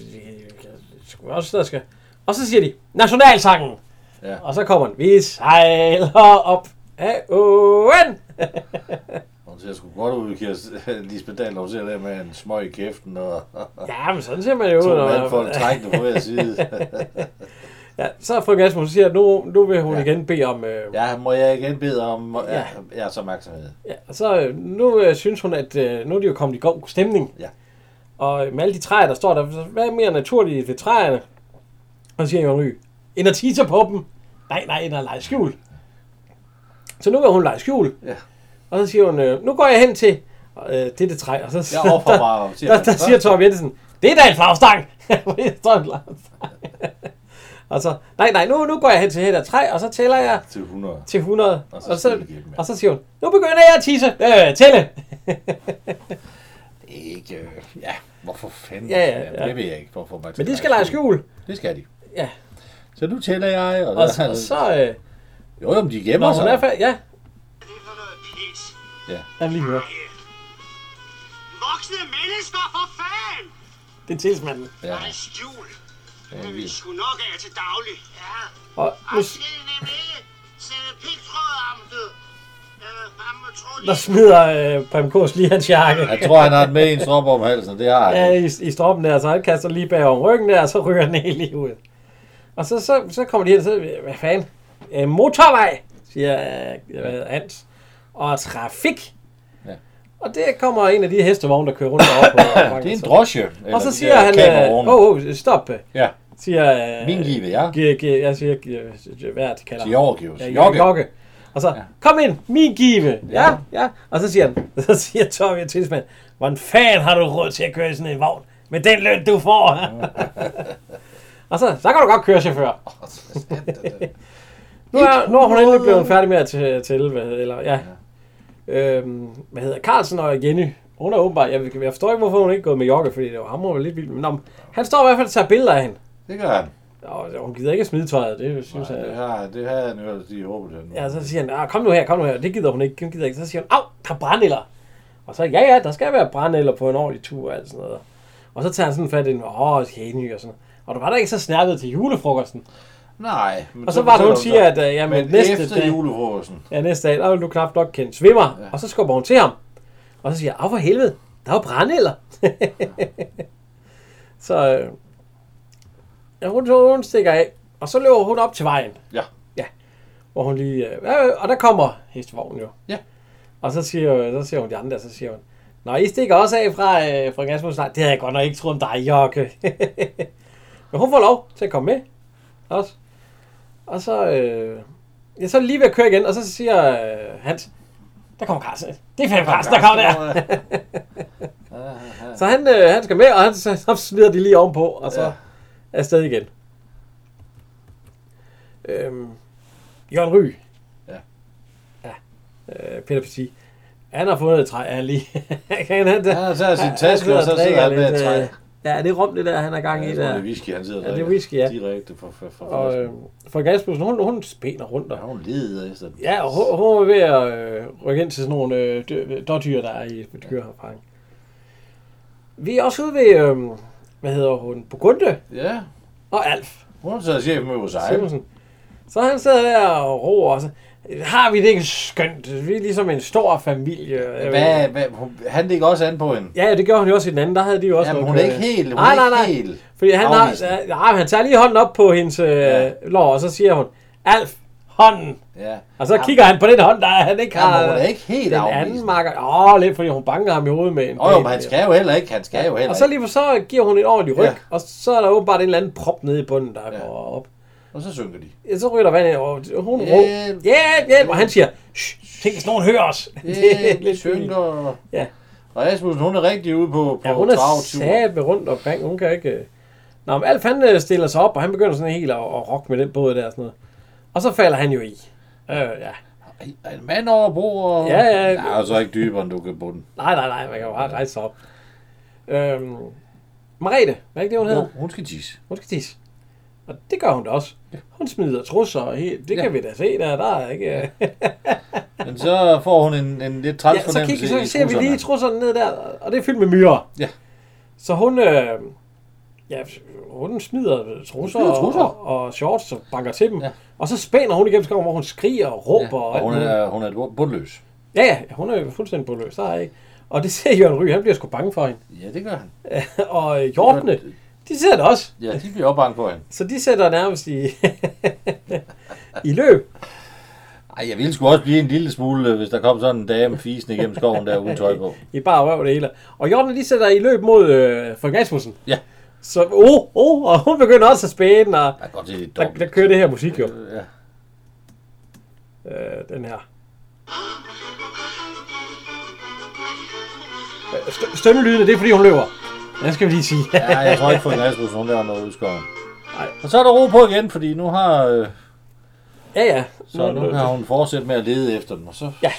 Og så siger de, nationalsangen. Ja. Og så kommer den, vi sejler op af åen. Hun ser sgu godt ud, Lisbeth Dahl, hun ser der med en smøg i kæften. Ja, men sådan ser man jo ud. 2 mandfolk trækkende på hver side. Ja, så frøken Asmussen siger, at nu vil hun igen bede om... må jeg igen bede om jeres opmærksomhed. Ja, så nu synes hun, at nu er de jo kommet i god stemning. Ja. Og med alle de træer, der står der, hvad er mere naturligt ved træerne? Og så siger Jørgen Ryg, end at teaser på dem. Nej, end at lege skjul. Så nu vil hun lege skjul. Ja. Og så siger hun, nu går jeg hen til dette træ. Og så der siger Torben Jensen, det er da en flagstang. Og så, nej, nu går jeg hen til det træ, og så tæller jeg til 100. Og så siger hun, nu begynder jeg at tisse. Tælle. Ikke, hvorfor fanden? Ja. Det ved jeg ikke, hvorfor man men de skal lege skjul. Det skal de. Ja. Så nu tæller jeg. Og så jo, de gemmer sig. Ja. Det er for noget pis. Ja. Jeg vil lige høre. Voksne mennesker, for fanden! Det er tilsmanden. Ja. Nej, skjul. Men vi skulle nok af til daglig. Ja. Og nu skal I nemlig ikke sætte pigtråd om det. Der smider Preben Kaas lige hans jakke. Jeg tror, han har det med i en stroppe om halsen. Det har han. Ja, i stroppen der, så han kaster lige bag om ryggen der, og så ryger den helt lige ud. Og så kommer de hen og siger, hvad fanden? Motorvej, siger Hans. Og trafik. Ja. Og det kommer en af de hestevogne, der kører rundt deroppe. Det er en drosje. Og så siger han, stop. Ja. Siger, min give, ja. Jeg siger, hvad er det, kalder han? Georgius. Jogge. Og så, kom ind, min give. Ja. Og så siger Tommy Tilsmand, hvordan fanden har du råd til at køre i sådan en vogn? Med den løn, du får. Og så kan du godt køre, chauffør. Nu er hun endelig blevet færdig med at tælle, hvad hedder Carlsen og Jenny. Hun er åbenbart, jeg forstår ikke, hvorfor hun ikke er gået med Jogge, fordi det var ham, var lidt vildt. Men han står i hvert fald og tager billeder af hende. Det gør han. Og hun gider ikke at smide tøjet, det synes jeg. Det har han jo lige håbet. Ja, så siger han, kom nu her. Det gider hun ikke. Så siger hun, der er brændenælder. Og så, ja, der skal være brændenælder på en ordentlig tur og alt sådan noget. Og så tager han sådan fat i den, Jenny og sådan. Og du var da ikke så snærket til julefrokosten. Nej. Og så var det, hun siger, at næste efter dag, julefrokosten. Ja, næste dag, der vil du knap nok kende svimmer. Ja. Og så skubber hun til ham. Og så siger for helvede, der var brændenælder. Så hun stikker af. Og så løber hun op til vejen. Ja. Hvor hun lige... og der kommer hestevognen jo. Ja. Og så siger hun de andre, så siger hun, nå, I stikker også af fra Gasmus. Nej, det havde jeg godt nok ikke troet om dig, Jokke. Men hun får lov til at komme med. Også. Og så... så er lige ved at køre igen, og så siger Hans, der kommer Carsten. Det er fandme Carsten, der kommer der. Så han skal med, og så smider de lige ovenpå, og så afsted igen. Jørgen Ryg. Ja. Peter Petit. Han har fundet et træ, han lige. Han har taget sin taske, og så sidder han med et træ. Ja, det er rom, det der, han er gang i der. Det er whisky, han sidder der. Ja, det er whisky, ja. Direkte for Og Frøken Asmussen, hun spænder rundt. Ja, hun leder efter den. Ja, og hun er ved at rykke ind til sådan nogle dårdyr, der er i dyreparken. Vi er også ude ved, hvad hedder hun, Burgunde Ja. og Alf. Hun sidder chef med USA. Så han sidder der og roer, og så har vi det ikke skønt. Vi er ligesom en stor familie. Han ligger også an på hende. Ja, det gjorde hun jo også i den anden. Der havde de jo også... Jamen, hun er ikke helt. Nej. Fordi han tager lige hånden op på hendes lår, og så siger hun, Alf, hånden. Ja. Og så kigger han på den hånd, der han ikke har... Hun er ikke helt den anden marker. Lidt fordi hun banker ham i hovedet med en... men han skal jo heller ikke. Og så lige så giver hun et ordentligt ryg, og så er der åbenbart en eller anden prop nede i bunden, der går op. Og så synker de. Ja, så ryger der vand ind, og hun råber, hjælp, og han siger, tænk, hvis nogen hører os. Det er lidt synker. Ja. Og Asmussen, hun er rigtig ude på hun er sat med rundt omkring, hun kan ikke... Nå, men Alf, han stiller sig op, og han begynder sådan helt at rocke med den båd der og sådan noget. Og så falder han jo i. En mand over bord. Ja. Der er altså ikke dybere, end du kan bunden. Nej, man kan jo bare rejse sig op. Merete, hvad er ikke det, hun hedder? Hun skal tisse. Og det gør hun da også. Hun smider trusser og helt. Det kan vi da se der. Der er ikke... Men så får hun en lidt træls fornemmelse. Så ser vi lige trusserne ned der, og det er fyldt med myrer. Ja. Så hun... hun smider trusser og shorts og banker til dem. Ja. Og så spænder hun igennem skoven, hvor hun skriger og råber. Og hun er bundløs. Ja, hun er fuldstændig bundløs. Der er ikke. Og det ser Jørgen Ryg, han bliver sgu bange for hende. Ja, det gør han. Og hjortene, de ser det også. Ja, de bliver også bange for hende. Så de sætter nærmest i løb. Ej, jeg ville sgu også blive en lille smule, hvis der kom sådan en dame fisende igennem skoven der uden tøj på. I bare røv det hele. Og hjortene, de sætter i løb mod Frøken Asmussen. Ja. Så, og hun begynder også at spæne, og der kører det her musik jo. Ja. Den her. Stønnelydene, det er fordi hun løber. Det skal vi lige sige. Ja, jeg tror ikke, Frøken Asmussen, hun laver noget ud i skoven. Nej. Og så er der ro på igen, fordi nu har... Ja. Så nu har hun fortsat med at lede efter dem, og så... Ja.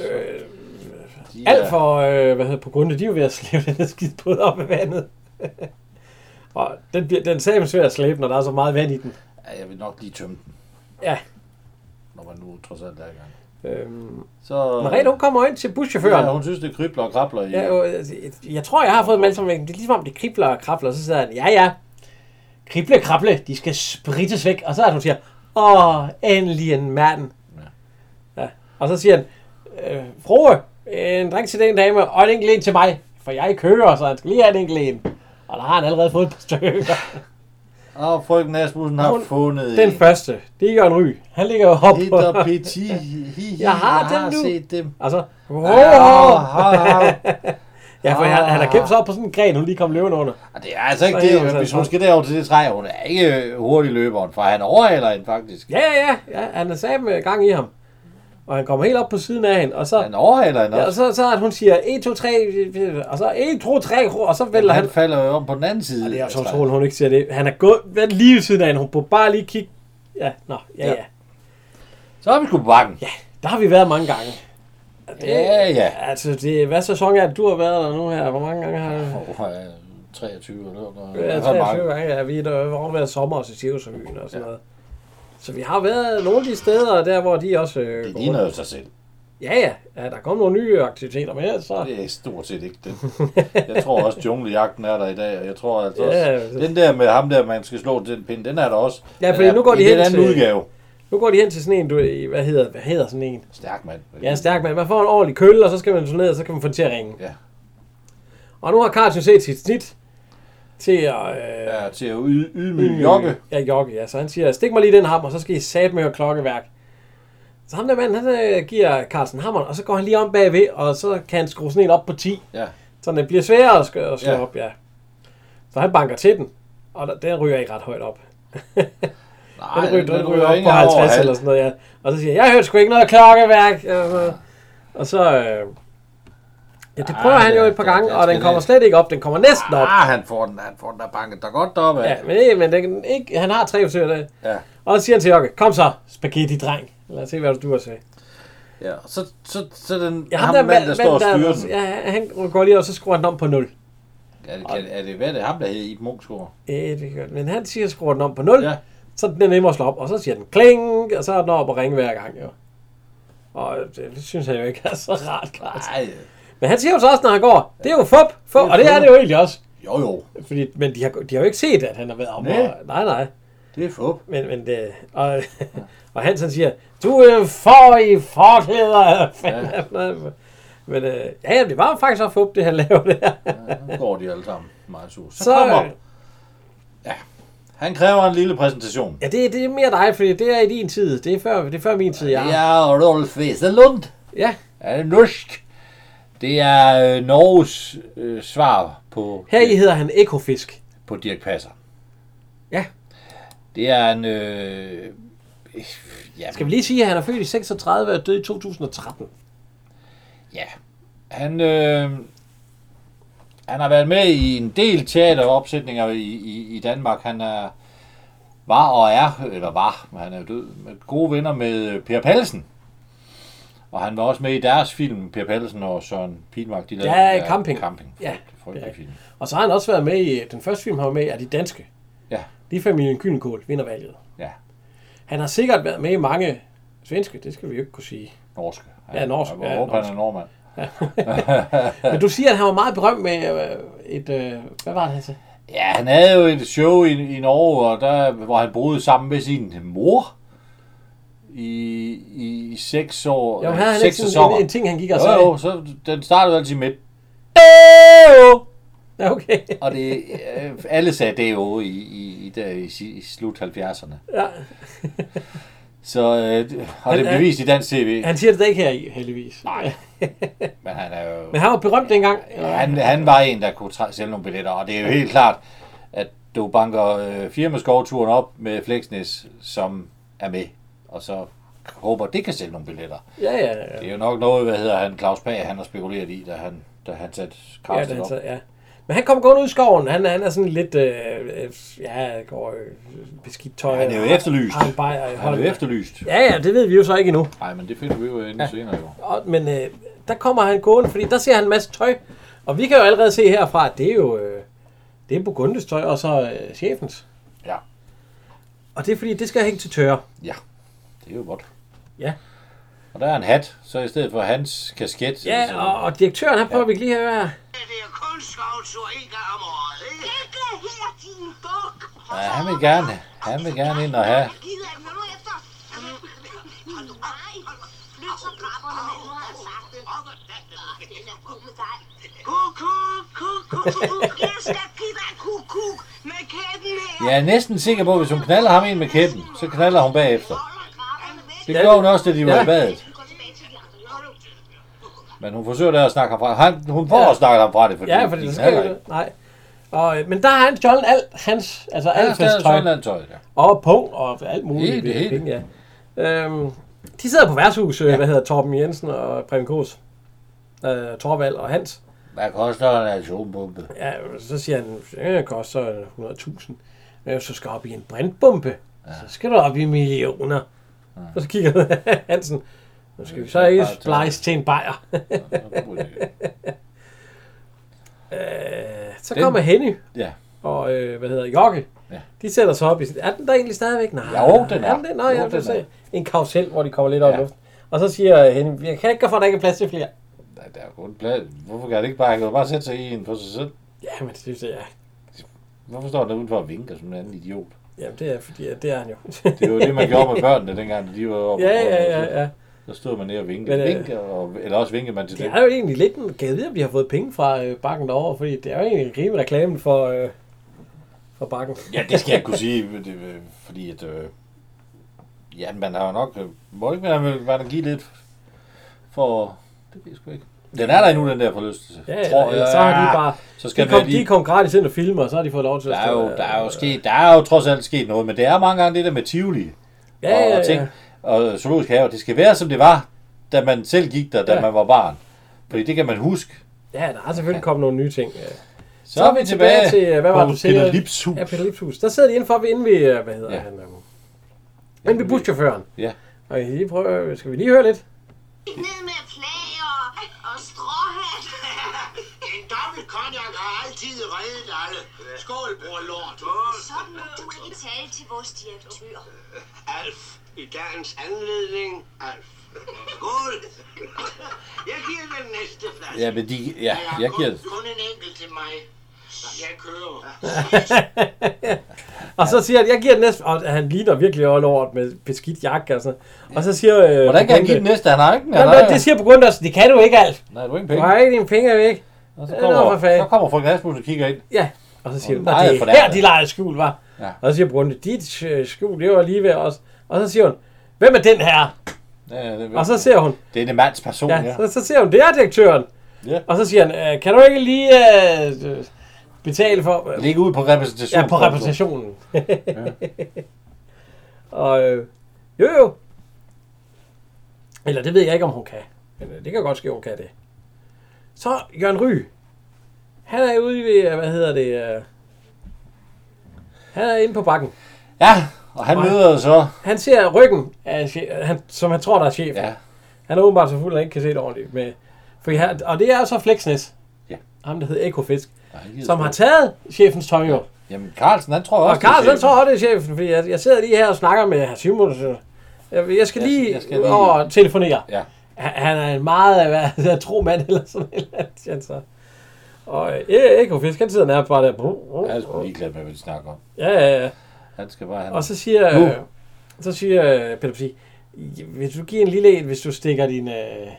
Alt for, på grunde, de er jo ved at slæbe den skidt på op med vandet. Og den sagde svær at slæbe, når der er så meget vand i den. Ja, jeg vil nok lige tømme den. Ja. Når man nu trods alt er i gang. Så... Merete, hun kommer ind til buschaufføren. Ja, hun synes, det kribler og krabler i... Ja, jeg tror, jeg har fået meldt som det er ligesom om det kribler og krabler, og så siger han, ja, krible, de skal sprittes væk. Og så er hun siger, endelig en mand. Ja. Og så siger han, frue, en drink til den dame, og en enkelt en til mig, for jeg kører, så han skal lige have en enkelt en. Og der har han allerede fået et par stykker. Og Frøken Asmussen har fundet den første. Det er Jørgen Ryg. Han ligger jo op på... Jeg har dem nu. Set dem. Altså... Ja, for han har gemt sig op på sådan en gren, hun lige kom løbende under. Og det er altså ikke det. Hvis hun skal derover til det træ, hun er ikke hurtig løberen, for han overhaler hende faktisk. Ja, han er sat med gang i ham. Og han kommer helt op på siden af hende, og så... Han overhaler hende også. Og så at hun siger 1, 2, 3, og så 1, 2, 3, og så vælter han... Han falder jo om på den anden side. Og det er så utroligt, hun ikke siger det. Han er gået lige ved siden af hende, hun må bare lige kigge... Ja. Så har vi sgu på bakken. Ja, der har vi været mange gange. Ja. Altså, hvad sæson er det, du har været der nu her? Hvor mange gange har du... 23 eller noget. Ja, 23 gange, ja. Vi har været sommer og Cirkusrevyen og sådan noget. Så vi har været nogle af de steder, der hvor de også... det ligner jo sig selv. Ja, der kommer nogle nye aktiviteter med, så... Det er stort set ikke det. Jeg tror også, junglejagten er der i dag, og jeg tror altså også... Den der med ham der, man skal slå den pind, den er der også. Ja, fordi nu går de hen til... udgave. Nu går de hen til sådan en, hvad hedder sådan en? Stærk mand. Ja, stærk mand. Man får en ordentlig kølle, og så skal man så ned, og så kan man få den til at ringe. Ja. Og nu har Carlsen set sit snit til at... til at ydmyge Jokke. Ja, Jokke, ja. Så han siger, stik mig lige den hammer, så skal I sat med klokkeværk. Så ham der mand, han giver Carlsen hammeren, og så går han lige om bagved, og så kan han skrue sådan en op på 10. Ja. Så det bliver sværere at slå op, ja. Så han banker til den, og den ryger ikke ret højt op. Nej, den ryger op på 50 eller sådan noget, ja. Og så siger jeg hørte sgu ikke noget klokkeværk. Og så... Ja, det prøver han jo et par gange, og den kommer slet ikke op. Den kommer næsten op. Han får den der banket der godt deroppe. Ja, men den ikke, han har 3 forsøg der. Ja. Og så siger han til Jokke, kom så, spaghetti-dreng. Lad os se, hvad du har sagt. Ja, så den ham der mand, der står og styrer den. Ja, han går lige, og så skruer han om på 0. Er det hvad det ham, der hedder Iben Munksgaard? Men han siger, at skruer den om på 0, så den er nemmere at slå op, og så siger den kling, og så er den op og ringe hver gang, jo. Og det synes jeg jo ikke er så rart, klart. Men han siger jo så også, når han går, det er jo fup, og det er det jo egentlig også. Jo. Men de har jo ikke set, at han har været om. Nej. Det er fup. Men det, og Hansen siger, du får i forklæder. Men det var jo faktisk også fup, det han lavede der. Nu går de alle sammen meget sur. Så kommer... Han kræver en lille præsentation. Ja, det er mere dig, fordi det er i din tid. Det er før min tid, ja. Det er Rolf Wesenlund. Ja. Er det norsk? Det er Norges svar på... Her i hedder han Ekofisk. På Dirch Passer. Ja. Det er en... Skal vi lige sige, at han er født i 36 og død i 2013? Ja. Han har været med i en del teateropsætninger i Danmark. Han var, han er død, med gode venner med Per Pallesen. Og han var også med i deres film, Per Pallesen og Søren Pilmark. De lavede Camping. Ja. Film. Og så har han også været med i, den første film, han var med er de danske. Ja. De familien Gyllenkål vinder valget. Ja. Han har sikkert været med i mange svenske, det skal vi jo ikke kunne sige. Norske. Norske. Han er nordmand. Men du siger, at han var meget berømt med hvad var det, han sagde? Ja, han havde jo et show i Norge, og hvor han boede sammen med sin mor i 6 år. Jo, havde han ikke sådan en ting, han gik og sagde? Jo, så den startede altid med Ja, okay. Og det, alle sagde det jo i slut 70'erne. Ja. Så og det er bevist i dansk tv. Han siger det ikke her i, heldigvis. Nej. Men han er jo... Men han var berømt dengang. Han var en, der kunne sælge nogle billetter, og det er jo helt klart, at du banker firmaskovturen op med Fleksnes, som er med, og så håber, det kan sælge nogle billetter. Ja. Det er jo nok noget, Claus Pag, han har spekuleret i, da han satte kraftet op. Ja. Men han kom gående ud i skoven. Han er sådan lidt, går beskidt tøj. Han er jo efterlyst. Han er jo efterlyst. Ja, det ved vi jo så ikke endnu. Nej, men det finder vi jo endnu senere jo. Men der kommer han gående, fordi der ser han en masse tøj. Og vi kan jo allerede se herfra, at det er jo det er Burgundes tøj, og så chefens. Ja. Og det er fordi, det skal hænge til tørre. Ja, det er jo godt. Ja. Og der er en hat, så i stedet for hans kasket. Ja, og direktøren, han prøver vi lige at høre. Det er kun skovtur en gang om året, ikke? Ikke her, din buk! Ja, han vil gerne ind og have. Gider ikke, nu efter. Nej, flyt så grabberne med, nu har jeg sagt det. Den er god med dig. Kuk. Jeg skal give dig kuk med kæppen her. Jeg er næsten sikker på, at hvis hun knaller ham ind med kæppen, så knaller hun bagefter. Det gør hun også, da de var i badet. Men hun forsøger da at snakke ham fra. Hun får også snakket ham fra det, fordi det skal jo det. Nej. Men der har han stjålet alt hans, altså alt festtøj. Og pung og alt muligt. Det hele. Ja. De sidder på værtshus, hvad hedder Torben Jensen og Preben Kås. Torvald og Hans. Hvad koster en atombombe? Ja, så siger han, det koster 100.000. Men så skal op i en brintbombe. Så skal du op i millioner. Og så kigger Hansen. Nu skal vi så ikke splice til en bajer. Så kommer Henny og Jokke. Ja. De sætter sig op i... Er den der egentlig stadigvæk? Nej. Jo, den er. Nå, jeg vil se. En karusel, hvor de kommer lidt op i luften. Og så siger Henny, jeg kan ikke gøre for, at der ikke er plads til flere. Nej, der er kun plads. Hvorfor kan det ikke bare sætte sig i en for sig selv? Ja, men det synes jeg. Hvorfor står han der udenfor og vinker som en anden idiot? Jamen, det er fordi, det er han jo. Det var det, man gjorde med børnene dengang, de var oppe. Ja. Så stod man ned og vinkede. Eller også vinkede man til det. Det er jo egentlig lidt en gade, at vi har fået penge fra Bakken derovre, fordi det er jo egentlig en rimelig reklame for Bakken. Ja, det skal jeg kunne sige, fordi at... man har jo nok... Må ikke man give lidt for... Det ved jeg sgu ikke. Den er der endnu, den der forlystelse. Ja, så har de bare... Så skal de kom gratis ind og filme, og så har de fået lov til at stå... Der er jo trods alt sket noget, men det er mange gange det der med Tivoli. Og ting. Og zoologisk have, det skal være som det var, da man selv gik der, da man var barn. Fordi det kan man huske. Ja, der har selvfølgelig kommet nogle nye ting. Så er vi tilbage til, hvad var det, Peter Lips hus. Ja, Peter Lips hus. Der sidder de indenfor inde ved, hvad hedder han? Inde ved buschaufføren. Ja. Og skal vi lige høre lidt? Ned med flag og stråhat. En dobbelt konjak har altid reddet bror lort. Sådan må du ikke tale til vores direktør. Alf, i dagens anledning, Alf. Skål! Jeg giver den næste flaske. Ja, men jeg giver det. Kun en enkelt til mig. Jeg kører. Og så siger han, jeg giver den næste, og han ligner virkelig overlort med beskidt jakke og sådan. Og så siger... Hvordan kan han give den næste? Han har ikke den. Det siger på grund af, det kan du ikke, Alf. Nej, du har ingen Du penge. har ikke dine penge væk. Og så kommer frøken Asmus og kigger ind. Ja, og så siger hun, meget det er fornærmet. her, de leger skjul, var. Ja. Og så siger Brunde, dit skjul, det var lige ved os. Og så siger hun, hvem er den her? Ja, Og så siger hun, det er en mands person, ja, så siger hun, det er direktøren. Ja. Og så siger han, kan du ikke lige betale for... Ligge ud på repræsentationen. Ja, på repræsentationen. Og jo. Eller det ved jeg ikke, om hun kan. Men det kan godt ske, hun kan det. Så Jørgen Ry. Han er ude ved, han er inde på bakken. Ja, og han møder så... Han ser ryggen af som han tror, der er chef. Ja. Han er åbenbart så fuld, at han ikke kan se det ordentligt. Og det er så Fleksnes. Ja. Ham, der hedder Ekofisk. Som har taget chefens tøj jo. Jamen, Carlsen, han tror også, og Carlsen, han tror også, det er chefen, fordi jeg sidder lige her og snakker med hr. Simonsen. Jeg skal lige over og telefonere. Ja. Han er en meget tro mand, eller sådan et eller andet, så. Og Ekofisk, han sidder nærmest bare der. Han er sgu ligeglad med, hvad de snakker om. Ja. Han skal bare have... Og så siger Peter Psi, hvis du giver en lille en, hvis du stikker din,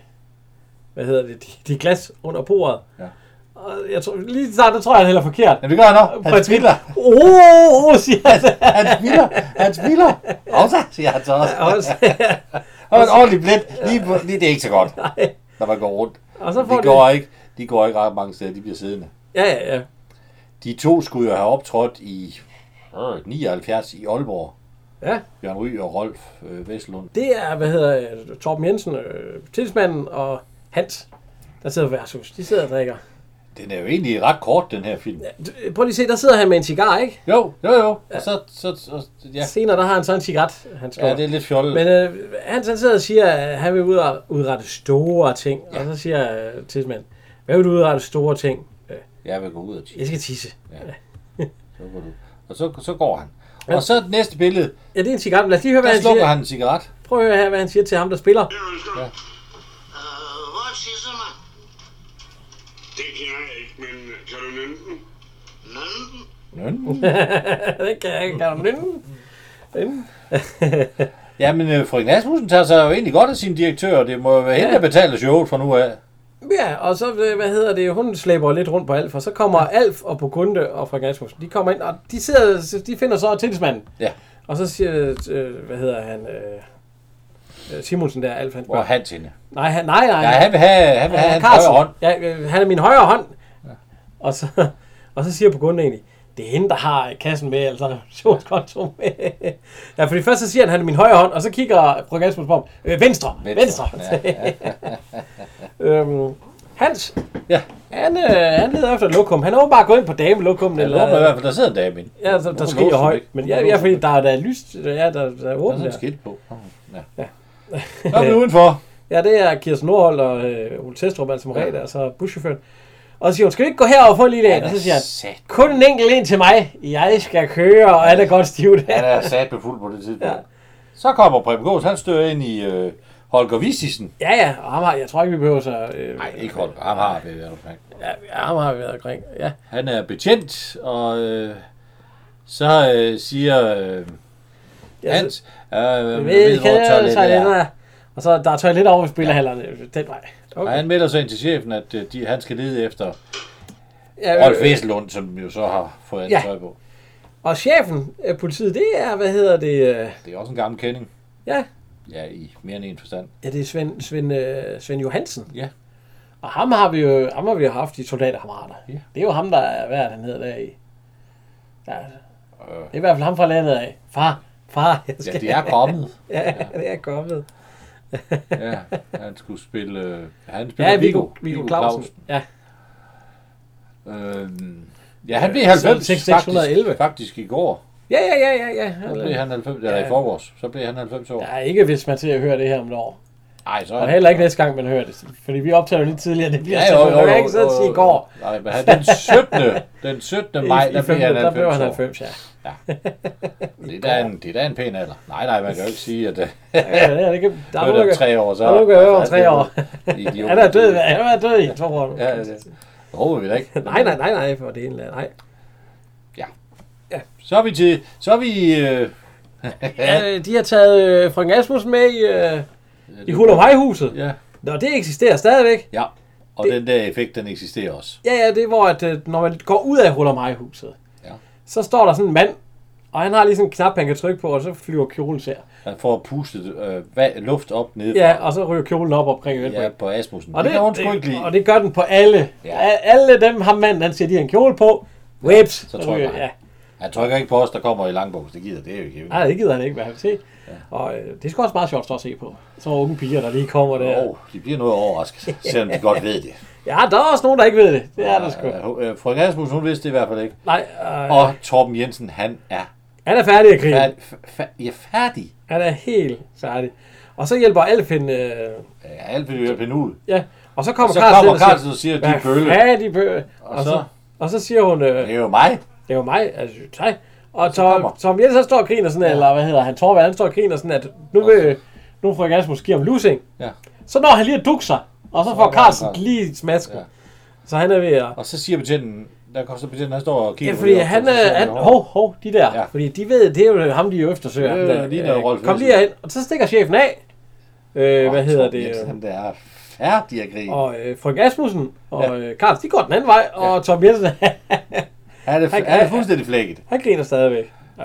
dit glas under bordet. Ja. Og jeg tror, lige snart, der tror jeg, han heller forkert. Ja, det gør han også. Han spiller. Siger han. Han spiller. Også, siger han så også. Og en ordentlig blæt. Lige det er ikke så godt, når man går rundt. Og så de går ikke ret mange steder, de bliver siddende. Ja. De to skulle jo have optrådt i 79 i Aalborg. Ja. Jørgen Ry og Rolf Veslund. Det er, Torben Jensen, tillidsmanden og Hans, der sidder på værtshus. De sidder og drikker. Den er jo egentlig ret kort, den her film. Ja, prøv lige at se, der sidder han med en cigar, ikke? Jo. Ja. Og ja. Senere, der har han så en cigaret. Ja, det er lidt fjollet. Men han sidder og siger, at han vil udrette store ting. Ja. Og så siger tillidsmanden, hvad vil du udrette store ting? Jeg vil gå ud og tisse. Jeg skal tisse. Ja. Så går du. Og så går han. Ja. Og så det næste billede. Ja, det er en cigaret. Lad os lige høre, hvad han siger. Der slukker han en cigaret. Prøv at høre her, hvad han siger til ham, der spiller. Ja. Hvor tisser mig? Det kan jeg ikke, men kan du nynde den? Nynde den? Det kan jeg ikke. Kan du nynde den? Jamen, frøken Asmussen tager sig jo egentlig godt af sin direktør. Det må jo være hende, der betaler showet fra nu af. Ja, og så, hun slæber lidt rundt på Alf, og så kommer Alf og Burgunde og frøken Asmussen. De kommer ind, og de finder så tillidsmanden. Ja. Og så siger, Simonsen der, Alf, han spørger. Hvor Hans hende? Nej. Ja, han vil have hans højre hånd. Ja, han er min højre hånd. Ja. Og så siger Burgunde egentlig, det er hende, der har kassen med, altså revisionskonto med. Ja, fordi først så siger han er min højre hånd, og så kigger frøken Asmussen på ham. Venstre. Ja. Hans, ja. Han leder efter et lokum. Han er åbenbart gået ind på damelokummen. Ja, eller, i hvert fald, der sidder en dame ind. Ja, der skriger højt. Men ja, fordi der er lyst. Ja, der er åbent der. Skidt på. Ja. Så er vi udenfor. Ja, det er Kirsten Nordholt og Ole Testrup, altså Merete, og så buschaufføren. Og så siger hun, skal vi ikke gå herover og få en lille en? Og så siger han, kun en enkelt en til mig. Jeg skal køre, og han er godt stiv der. Han er sat med fuld på det tidspunkt. Ja. Så kommer Preben Gås, han støder ind i Holger Vistisen. Ja, og ham har, jeg tror ikke, vi behøver så... Nej, ikke Holger, ham har vi været omkring. Ja, ham har vi været omkring, ja. Han er betjent, og så siger Hans... vi kan toiletter. Og så der er toiletter over ved spillerhallerne, den vej. Okay. Og han melder sig ind til chefen, at han skal lede efter Rolf Veslund, som jo så har fået andet tøj på. Og chefen af politiet, det er, det er også en gammel kending. Ja. Ja, i mere end en forstand. Ja, det er Svend Johansen. Ja. Og ham har vi jo haft i Soldaterkammerater. Ja. Det er jo ham, der er værd, han hedder der i. Ja, det er i hvert fald ham fra landet af. Far. Ja, det er kommet. Ja, det er kommet. Ja, han skulle spille... Han spiller Viggo Clausen. Ja. Ja, han blev 90 faktisk i går. Ja. Så blev han 90, eller i forgårs. Så blev han 90 år. Ja, ikke hvis man til at høre det her om et år. Ej, så Og heller ikke næste gang, man hører det. Fordi vi optager jo lidt tidligere. Det bliver Ja, så, man kan ikke sidde og sige i går. Nej, men den 17. maj, der blev han 90 ja. Det er da en pæn alder. Nej, man kan jo ikke sige, at Det kan, der er nogen, 3 år, så... Der er nogen, der hører om 3 år. Han er død i 2 år. Ja, det håber vi da ikke. Nej, for det ene. Nej. Ja. Så er vi Ja, de har taget Frank Asmussen med i Hurlumhej-huset. Ja. Nå, det eksisterer stadigvæk. Ja, og den der effekt, den eksisterer også. Ja, det er hvor, at når man går ud af Hurlumhej-huset, så står der sådan en mand, og han har lige sådan en knap, han kan trykke på, og så flyver kjolen ser. Han får pustet luft op nede. Ja, og så ryger kjolen op omkring Ja, på Asmussen. Og det gør den på alle. Ja. Alle dem har manden, han siger, de har en kjole på. Whips. Så trykker han. Ja. Han trykker ikke på os, der kommer i langbuks. Det gider det jo ikke. Nej, det gider han ikke, hvad han vil se. Ja. Og det er sgu også meget sjovt at se på. Så unge piger, der lige kommer der. De bliver noget overrasket, selvom de godt ved det. Ja, der er også nogen, der ikke ved det. Det er der sgu. Frank Asmussen, hun vidste det i hvert fald ikke. Nej. Og Torben Jensen, han er færdig at grine. Færdig. Han er helt færdig. Og så hjælper Alfin... Alfin hjælper ud. Ja, og så kommer Carlsen og siger, de bølle. Ja, de bølle. Og så siger hun... det er jo mig. Det er jo mig, altså, nej. Og Tom Jensen, han står og griner sådan, eller hvad hedder han, Torvald, han står og griner sådan, at nu får Asmus give ham lussing. Ja. Så når han lige at dukke sig, og så får Carlsen lige smasken. Ja. Så han er ved at... Og så siger betjenten, han står og kigger. Ja, fordi han de der, ja. Fordi de ved, det er jo ham, de jo eftersøger. Kom lige herhen, og så stikker chefen af. Hvad hedder det? Han der er færdig at grine. Og Frank Asmussen og Carlsen, de går den anden vej, og Tom Jensen... Han er fuldstændig flækket. Han griner stadigvæk. Ja.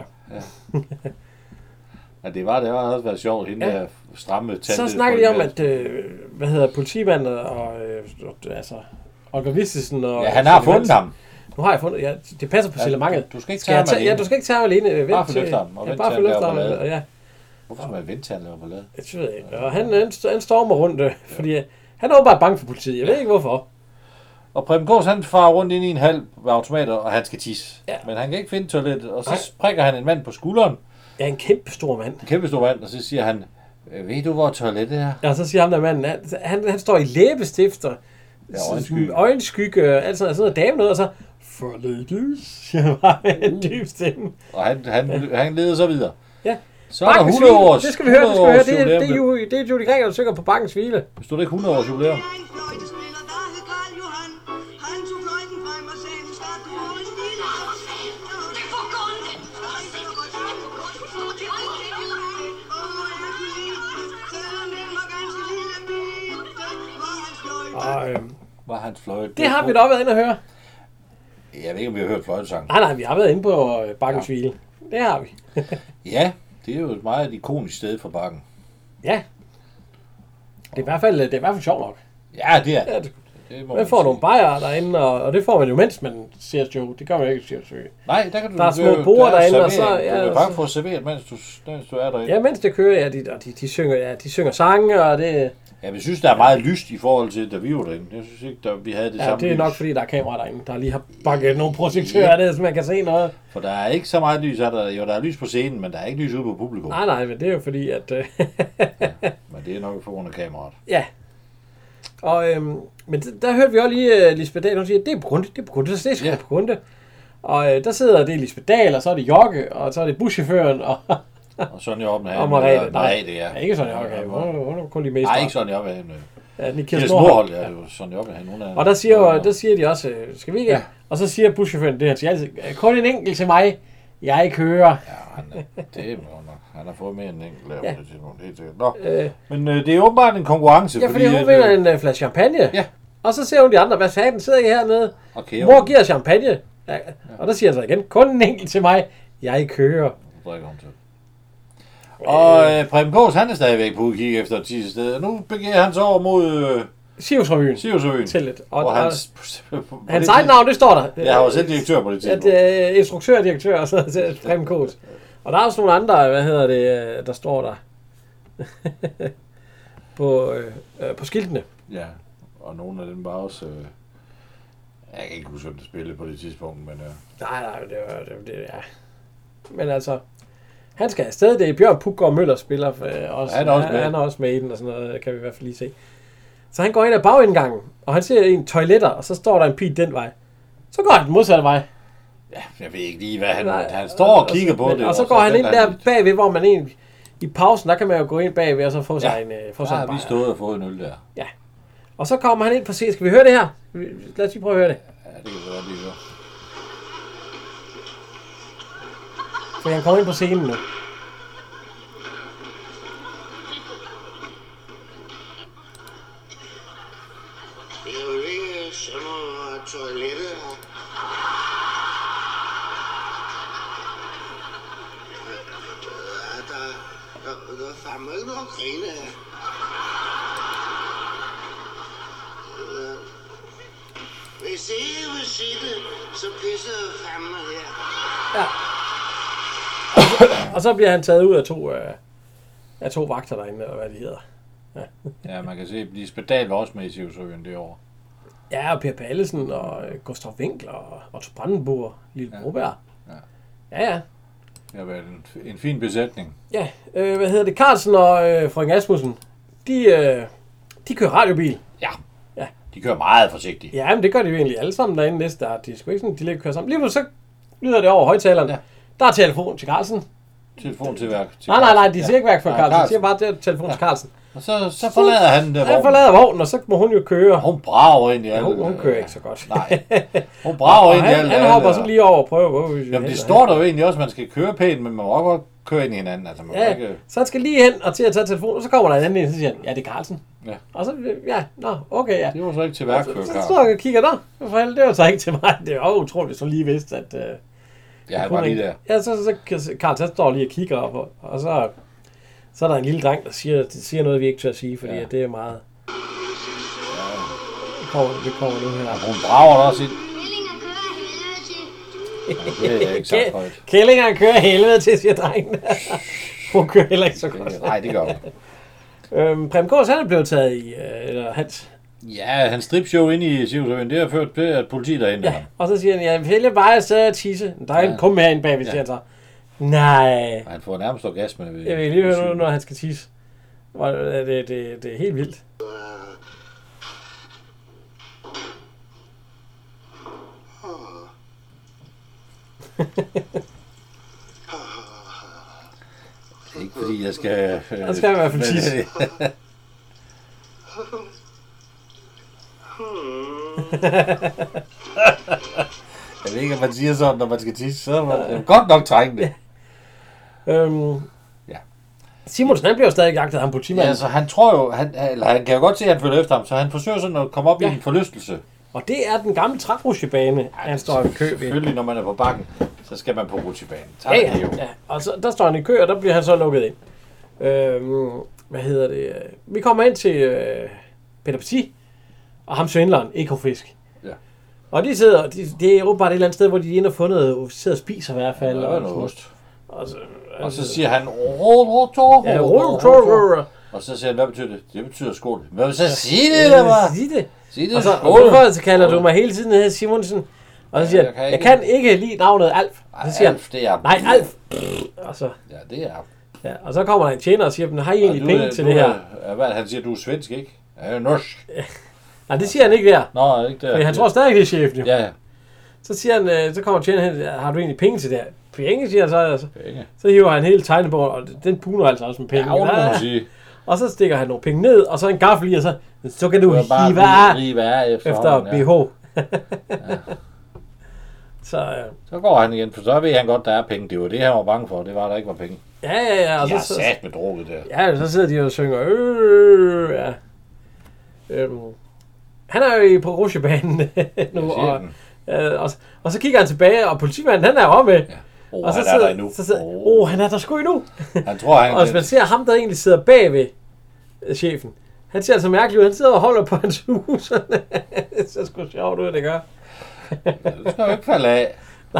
Ja, det har også været sjovt, hende der stramme tante. Så snakker de om, at politimanden og Olga Vistisen og... Ja, han har fundet ham. Nu har jeg fundet... Ja, det passer på signalentet. Du skal ikke tage ham alene. Ja, du skal ikke tage ham alene. Bare følge efter ham. Bare følge efter ham. Ja. Hvorfor skal man vente til, han laver ballade? Jeg ved ikke. Og han stormer rundt, fordi han er jo bare bange for politiet. Jeg ved ikke hvorfor. Og Preben Kaas, han farer rundt ind i en halv med automater, og han skal tisse. Ja. Men han kan ikke finde toilettet, og så prikker han en mand på skulderen. Ja, en kæmpe stor mand. Og så siger han, ved du, hvor toilettet er? Ja, så siger ham der manden, han står i læbestifter, øjenskygge, alt sådan noget dame noget, og så, for ladies, siger han bare med en dyb stemme. Og han leder så videre. Ja. Så er der 100 års. Det skal vi høre. Det er Judy Greger, der synger på Bakkens Hvile. Stod det ikke 100 års jubilæum? Var hans fløjte. Det har vi da været inde at høre. Jeg ved ikke, om vi har hørt fløjtesang. Nej, vi har været inde på Bakkens Hvile. Det har vi. Ja, det er jo et meget ikonisk sted for Bakken. Ja. Det er i hvert fald sjovt nok. Ja, det er det. Man får nogle bajer derinde, og det får man jo, mens man ser et show. Det gør man jo ikke i et show. Nej, der kan du... Der er små borde derinde, og så... Ja, du er bange for at servere, mens du er derinde. Ja, mens det kører, de synger sange, og det... Ja, vi synes, der er meget lyst i forhold til, da vi var derinde. Jeg synes ikke, vi havde det samme det er nok, fordi der er kamera derinde, der lige har bakket nogle projektører ned, så man kan se noget. For der er ikke så meget lys. Der er lys på scenen, men der er ikke lys ude på publikum. Nej, men det er jo fordi, at... men det er nok for grund af kameraet. Ja. Og, men der hørte vi også lige Lisbeth Dahl, hun siger, det er på grunde, så det er på grunde. Og der sidder det Lisbeth Dahl, og så er det Jokke, og så er det buschaufføren, og Sonja Oppenheim. Og Merete. Nej, ja. Ikke Sonja Oppenheim. Hun er kun lige mest. Nej, ikke Sonja Oppenheim. Ja, Niklas Nordholt, ja, det var Sonja Oppenheim. Og der siger de også, skal vi ikke? Ja. Og så siger buschaufføren det, han siger altid, kun en enkelt til mig, jeg kører. Ja, det er nok. Han har fået mere end en enkelt lavet det til nogen. Helt sikkert. Nå, men det er åbenbart en konkurrence. Ja, fordi hun vinder en flaske champagne. Ja. Og så ser hun de andre, hvad fanden sidder I hernede? Okay, mor giver champagne. Ja. Og der siger han så igen, kun en enkelt til mig, jeg kører. Drikker hun til. Og Preben Kaas, han er stadigvæk på udkig efter et sidste sted. Nu begiver han så over mod Siriusrevyen. Til og hans eget navn, det står der. Jeg har jo selv direktør på det tidspunkt. Instruktør, direktør, og så Preben Kaas. Og der er også nogle andre, der står der på skiltene. Ja, og nogle af dem var også... jeg kan ikke huske, om det spillede på det tidspunkt, men... Nej, det ja. Men altså... Han skal afsted. Det er Bjørn Puggaard Møller spiller også. Han er også med. Han er også med i den, og sådan noget, kan vi i hvert fald lige se. Så han går ind ad bagindgangen, og han ser en toiletter, og så står der en pige den vej. Så går han den modsatte vej. Ja, jeg ved ikke lige, hvad han står og kigger på det. Og så går han ind der bagved, hvor man egentlig... I pausen, der kan man jo gå ind bagved, og så få sig en bajer. Vi stod og fået en øl der. Ja. Og så kommer han ind på scenen. Skal vi høre det her? Lad os lige prøve at høre det. Ja, det kan vi godt lige høre. Så han kommer ind på scenen nu. Det er jo ikke sådan toilettet her. Der er fandme ikke noget at grine af. Hvis I vil sige det, så pisser jeg fandme her. Ja. Og så bliver han taget ud af to vagter derinde, eller hvad de hedder. Ja, man kan se, Lisbeth Dahl var også med i Sivsøen det år. Ja, og Per Pallesen, og Gustav Winkler, og Otto Brandenburg, og Lille Broberg. Ja. Det har været en fin besætning. Ja, Carlsen og Frøken Asmussen, de kører radiobil. Ja. De kører meget forsigtigt. Ja, men det gør de jo egentlig alle sammen derinde næste start. De skal ikke sådan, de ligger kører sammen. Lige nu så lyder det over højtaleren. Ja. Der er telefon til Carlsen. Telefon til værk. Nej, de siger ikke værk for Carlsen. De siger bare telefon til Carlsen. Og så forlader han vognen. Han forlader vognen, og så må hun jo køre. Hun brager ind i alt. Hun kører ikke så godt. Nej. Hun brager ind i alt. Han hopper sådan lige over og prøver. Jamen det står der jo egentlig også, at man skal køre pænt, men man må også godt køre ind i hinanden. Altså, man ikke... Så han skal lige hen og til at tage telefonen, og så kommer der en anden ind, og så siger han, ja, det er Carlsen. Ja. Og så, okay, ja. Det var så ikke til værk. Så står jeg og kigger der. Det var så ikke til mig. Det var utroligt, hvis hun lige vidste, at... Ja, han var lige der. Ja, så Carl står lige og kigger op, og så er der en lille dreng, der siger noget, vi ikke tør at sige, fordi det er meget... Det kommer nu her. Hun brager også ind. Kællinger kører helvede til. Det er ikke så højt. Kællinger kører helvede til, siger drengen. Hun kører heller ikke så godt. Nej, det gør hun. Preben Kaas, han er blevet taget i... Eller hans... Ja, hans stripshow inde i Sivsøen, det har ført til, at politiet er inde. Ja, og så siger han, jeg vælger bare at sidde og tisse. Der er en pumpe herinde bagved, siger han så. Nej. Han får nærmest orgasme. Jeg vil lige høre nu, når han skal tisse. Det er helt vildt. Det er ikke fordi, jeg skal... Der skal i hvert fald tisse. Jeg ved ikke, om man siger sådan, når man skal tisse, så er man godt nok trængende. Simonsen, han bliver jo stadig jagtet af ham politimanden. Ja, altså han tror jo, han kan jo godt se, at han følger efter ham, så han forsøger sådan at komme op i en forlystelse. Og det er den gamle traprutsjebane, han står i kø ved. Selvfølgelig, når man er på bakken, så skal man på rutsjebanen. Ja. Og så, der står han i kø, og der bliver han så lukket ind. Vi kommer ind til Peter Petit og ham svindleren, Ekofisk. Ja. Og de sidder, det er jo bare et eller andet sted, hvor de er inde og fundet, sidder og spiser i hvert fald. Ja, og noget ost. Og så siger han, og så siger han, hvad betyder det? Det betyder skål. Hvad vil så sige det, eller hvad? Sig det, og så, skål. hvorfor så kalder du mig hele tiden her Simonsen? Og så siger han, jeg kan ikke lide navnet Alf. Og så siger Alf, det er... Nej, Alf. Og så, ja, det er... Ja, og så kommer der en tjener og siger, har I egentlig penge til det her? Hvad, han siger, du er svensk, ikke? Jeg er norsk. Nej, det siger han ikke der. Nå, ikke der. Fordi han tror stadig, det er chefen. Ja. Så siger han, så kommer tjeneren hen, har du egentlig penge til det her? Penge, siger han så. Altså. Penge. Så hiver han hele tegnebogen, og den puner altså også med penge. Ja, det må man sige. Og så stikker han nogle penge ned, og så en gaffel i, og så kan du hive af efter BH. Ja. Så går han igen, for så ved han godt, der er penge. Det var det, han var bange for. Det var, der ikke var penge. Ja. Og de har sat med drukket der. Ja, så sidder de og synger. Ja. Han er jo på rutsjebanen nu. Og så kigger han tilbage, og politimanden, han er jo med. Ja. Og så han er der endnu. Han er der sgu endnu. Han tror, han... Og hvis man ser ham, der egentlig sidder bag ved chefen, han ser altså mærkeligt ud. Han sidder og holder på hans hus. Det ser sgu sjovt ud, det gør. Det skal jo ikke falde af. Nej.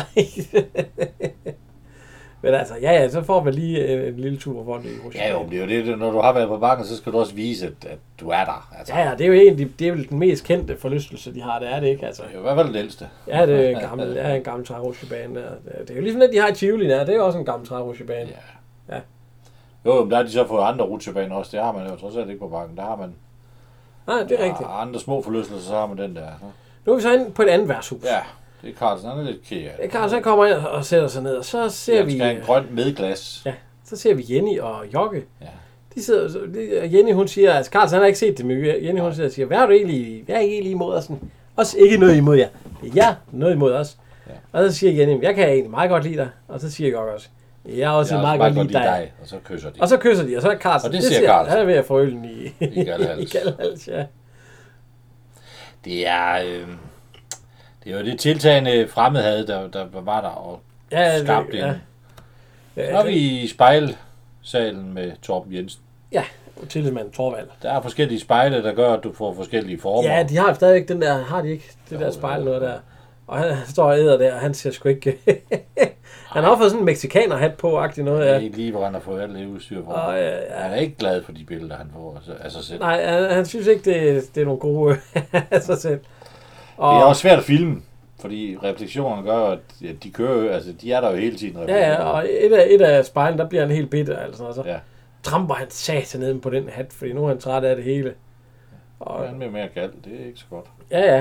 Men altså, ja, så får man lige en lille tur for det. Ja jo, det er jo det. Når du har været på bakken, så skal du også vise, at du er der. Altså. Ja, det er jo egentlig det er den mest kendte forlystelse, de har. Det er det ikke, altså. Det er jo i hvert fald det ældste. Ja, det er en gammel, trærusjebane der. Det er jo ligesom det, de har i Tivoli, der. Det er jo også en gammel trærusjebane. Ja. Jo, men der har de så fået andre rutsjebaner også. Det har man jo trods alt ikke på Bakken. Der har man Nej, det er rigtigt. andre små forlystelser, så har man den der. Nu er vi så inde på et andet værtshus. Ja, det er Carlsen. Han er lidt ked af det. Carlsen kommer ind og sætter sig ned, og så ser vi... Han skal have en grøn medglas. Ja, så ser vi Jenny og Jokke. Ja. De sidder, Jenny, hun siger, altså Carlsen, han har ikke set det, men Jenny, hun siger, hvad er egentlig imod os? Også ikke noget imod jer. Ja, noget imod os. Ja. Og så siger Jenny, jeg kan egentlig meget godt lide dig. Og så siger Jokke også, jeg er også meget godt lide dig. Og så kysser de. Og så kysser de, og så er Carlsen. Og det siger Carlsen. Han er ved at få øllen i Galhals. I Galhals, ja. Det er jo det tiltagende fremmedhad, der var der og skabte en. Så er vi i spejlsalen med Torben Jensen. Ja, tillidsmand Torvald. Der er forskellige spejle, der gør, at du får forskellige former. Ja, de har stadigvæk den der, har de ikke? Det der spejl noget der. Og han står og æder der, og han ser sgu ikke... han har fået sådan en mexikaner-hat på-agtig noget. Det er ikke lige, hvor han har fået alt det udstyr fra. Og, han er ikke glad for de billeder, han får af sig selv. Nej, han synes ikke, det er nogle gode af sig selv. Og det er også svært at filme, fordi refleksionerne gør, at de kører, altså de er der jo hele tiden. Ja, og et af spejlene, der bliver han helt bitter, altså. Så tramper han satan ned på den hat, fordi nu er han træt af det hele. Og han bliver mere galt, det er ikke så godt. Ja,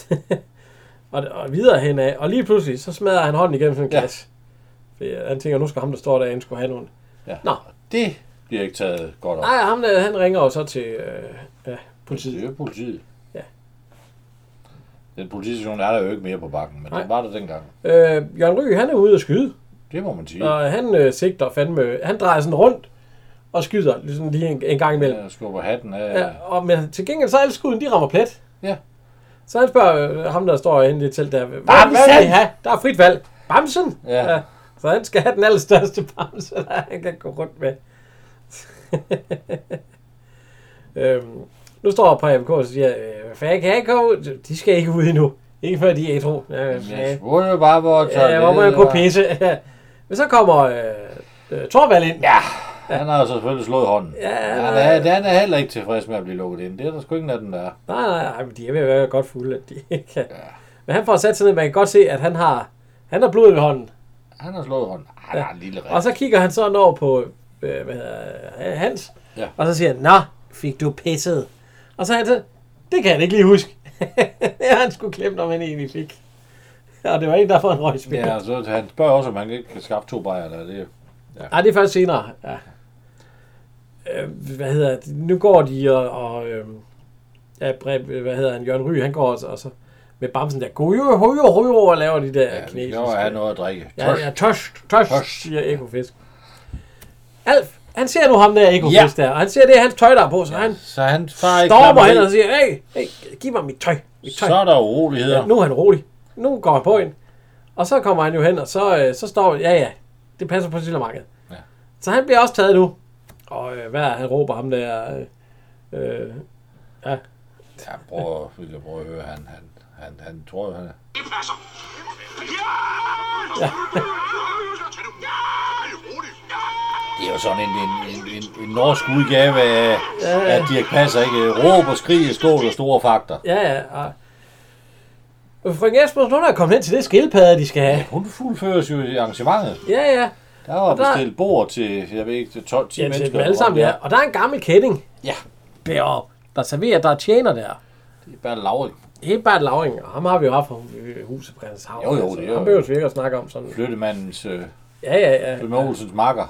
og videre henad, og lige pludselig, så smadrer han hånden igennem sådan en glas. Fordi han tænker, nu skal ham, der står derinde, skulle have nogen. Ja. Nå. Det bliver ikke taget godt op. Nej, ham der, han ringer jo så til politiet. Det er politiet. Ja. Den politistation er der jo ikke mere på Bakken, men den var der dengang. Jørgen Ryg, han er ude at skyde. Det må man sige. Og han sigter fandme, han drejer sådan rundt og skyder ligesom lige en gang imellem. Ja, skubber hatten af. Ja, men til gengæld så er alle skuden, de rammer plet. Ja. Så han spørger ham, der står inde i det telt der, hvad vil I have? Der er frit valg. Bamsen! Ja. Så han skal have den allerstørste bamse, der han kan gå rundt med. Nu står PMK og siger, hvad kan jeg ikke gå ud? De skal ikke ud endnu. Ikke før de er ædru. Jeg spurgte jo bare, hvor må jeg gå pisse. Men så kommer Torvald ind. Ja, han har selvfølgelig slået hånden. Ja, han er heller ikke tilfreds med at blive lukket ind. Det er der sgu ingen af dem, der er. Nej, men de er ved at være godt fulde. At de kan. Ja. Men han får sat sig ned, man kan godt se, at han har blod ved hånden. Han har slået hånden. Han har en lille ring. Og så kigger han så over på Hans, og så siger han, nå, fik du pisset? Og så han så, det kan jeg ikke lige huske. Det har han sgu glemt, om han egentlig fik. Og det var ikke derfor, han røg spil. Ja, så han spørger også, om han ikke kan skaffe 2 bajer. Det. Ja. Ej, det er først senere. Ja. Nu går de Jørgen Ryg, han går og så med bamsen der, gojo, og laver de der knæs. Ja, han noget at drikke. Tørst, siger Ekofisk. Alf, han ser nu ham der Ekofisk der, og han ser det, hans tøj der er på, så han stormer hen og siger, hey, giv mig mit tøj. Så er der uroligheder. Ja, nu er han rolig. Nu går han på ind. Og så kommer han jo hen, og så står det passer på Sildermarkedet. Ja. Så han bliver også taget nu. Og hvad han råber ham der? Ja, vil jeg prøve at høre, han tror, han er... Det passer! Ja! Det er jo sådan en norsk udgave af at Dirch Passer, ikke? Råb og skrig, skål og store fakter. Ja. Frøken Jespersen, hun er kommet hen til det skildpadde, de skal have. Ja, hun fuldføres jo i arrangementet. Ja. Der var bestilt bord til, jeg ved ikke, til 12-10 mennesker. Alle sammen, ja. Og der er en gammel kætting. Ja. Deroppe, der serverer, der tjener der. Det er bare Lauring. Helt bare Lauring, og ham har vi jo haft fra huset på Christianshavn. Jo, det er jo. Han behøver vi ikke at snakke om sådan. Flyttemandens... Ja. Flyttemandens makker.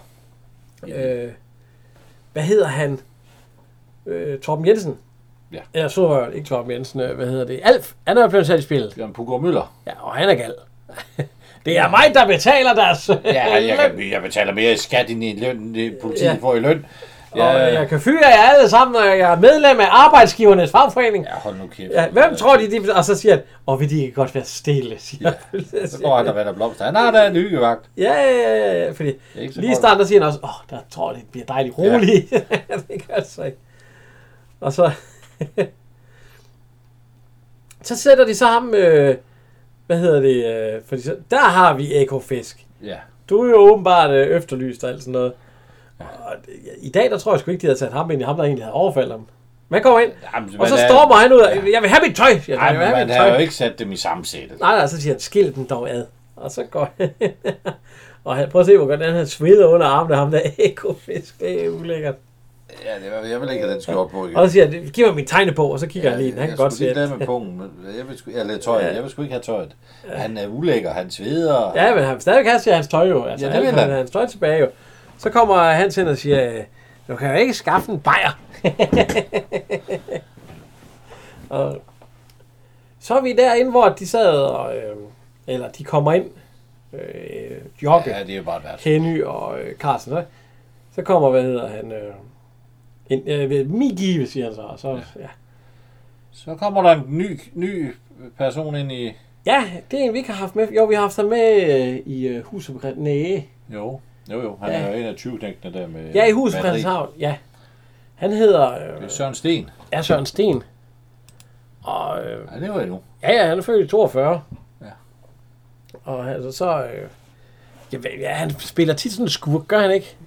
Hvad hedder han? Torben Jensen. Ja. Eller så ikke Torben Jensen, hvad hedder det? Alf, han er blevet sat i spillet. Bjørn Puggaard Møller. Ja, og han er gal. Det er mig, der betaler deres jeg betaler mere i skat end i løn, det politiet får i løn. Ja, og jeg kan fyre jer alle sammen, og jeg er medlem af Arbejdsgivernes Fagforening. Ja, hold nu kæft. Ja, hvem tror de, og så siger han, vil de ikke godt være stille, siger ja. Så går han der vand og blomster. Han har da en hyggevagt. Ja, fordi lige i starten, der siger han også, der tror det bliver dejligt roligt. Ja. Det gør det så ikke. Og så sætter de så ham, fordi der har vi Ekofisk. Ja. Du er jo åbenbart efterlyst og alt sådan noget. Ja. Og i dag, der tror jeg sgu ikke, de havde sat ham ind i ham, der egentlig havde overfaldet ham. Man kommer ind, og så stormer han ud af, jeg vil have mit tøj. Man har jo ikke sat dem i sammensættet. Nej, så siger han, skil den dog ad. Og så går han Og prøv at se, hvor godt han sveder under armen af ham der ekofisk. Det er ulækkert. Ja, jeg vil ikke have den skjort på igen. Og så siger han, giv mig min tegnebog, og så kigger han lige den. Han kan godt se det. Med pungen, men jeg vil sgu ikke have tøjet. Han er ulækker, han sveder. Ja, men han vil stadig have hans tøj jo. Altså, det vil han. Hans tøj tilbage jo. Så kommer han hen og siger, du kan jo ikke skaffe en bajer. Og så er vi derinde, hvor de sad og... eller de kommer ind. Jocke, ja, det er bare værd. Henny og Carlsen. Så kommer, hvad hedder han... Migive, siger han så. Ja. Så kommer der en ny person ind i... Ja, det er en, vi ikke har haft med. Jo, vi har haft ham med i Huset på Christianshavn. Jo. Han er jo en af 20-knægtene der med... Ja, i Huset på Christianshavn, ja. Han hedder... Søren Sten. Ja, Søren Sten. Og... ja, det var jeg nu. Ja, han er født i 42. Ja. Og altså så... ja, han spiller tit sådan en skurk, gør han ikke?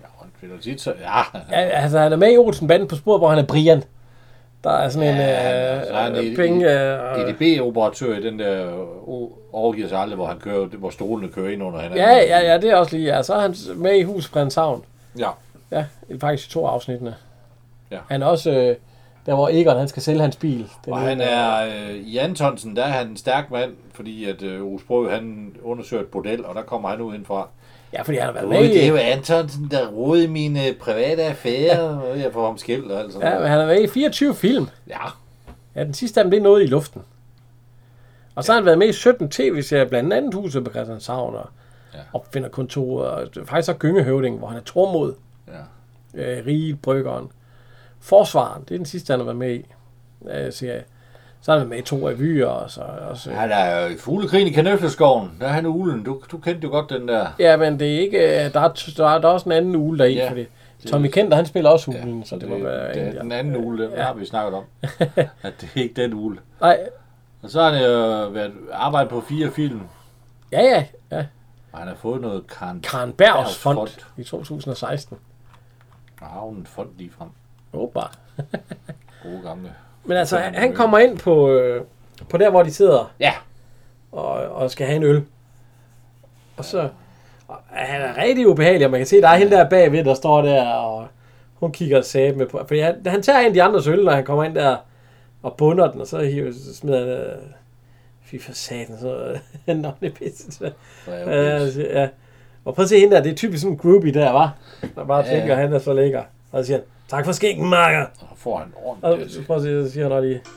Ja, altså han er med i Olsen-banden på sporet, hvor han er Brian. Der er sådan en EDB-operatør i den der overgiver sig aldrig, hvor han kører, hvor stolene kører ind under hinanden. Ja, det er også lige. Ja. Så er han med i Huset på Christianshavn. Ja. Ja, faktisk i 2 afsnittene. Ja. Han er også der, hvor Egon han skal sælge hans bil. Og han er i Antonsen, der er han en stærk mand, fordi at Ove Sprogøe, han undersøger et bordel, og der kommer han ud indfra. Ja, fordi han har været med i... Det er jo Antonsen, der roder i mine private affærer, og jeg får ham skilt og alt sådan noget. Ja, men han er med i 24 film. Ja, den sidste af dem, det er noget i luften. Og så har han været med i 17 tv-serier, blandt andet Huset på Christianshavn, og Opfinder kontoret, og faktisk så Gyngehøvding, hvor han er Tormod. Ja. Riget, Bryggeren. Forsvaren, det er den sidste, han har været med i. Serie. Så har han været med i 2 revyer, og så også... Han er jo i Fuglekrigen i Kanøfleskoven. Der er han ulen. Du kendte jo godt den der. Ja, men det er ikke... Der er også en anden ule deri, fordi Tommy Kenter, han spiller også ulen, så det må være... Det er den anden ule, den har vi snakket om. At det er ikke den ule. Nej. Og så har han jo været arbejdet på 4 film. Ja. Og han har fået noget Karen Bergs fond i 2016. Og har hun en fond lige frem. Opa. Gode gamle. Men altså, han kommer ind på der, hvor de sidder. Ja. Og skal have en øl. Og så... Han er rigtig ubehagelig, og man kan se, der er hende der bagved, der står der, og hun kigger sæbe med på. Fordi han tager en af de andres øl, når han kommer ind der og bunder den, og så smider han... Fy for satan, så... Nå, det er pisse. Ja. Og prøv at se hende der, det er typisk sådan en groupie der, var. Der bare tænker, han er så lækker. Og så siger han, tak for skænken, Marker. Og får han ordentligt. Og prøv at se, så siger han også lige...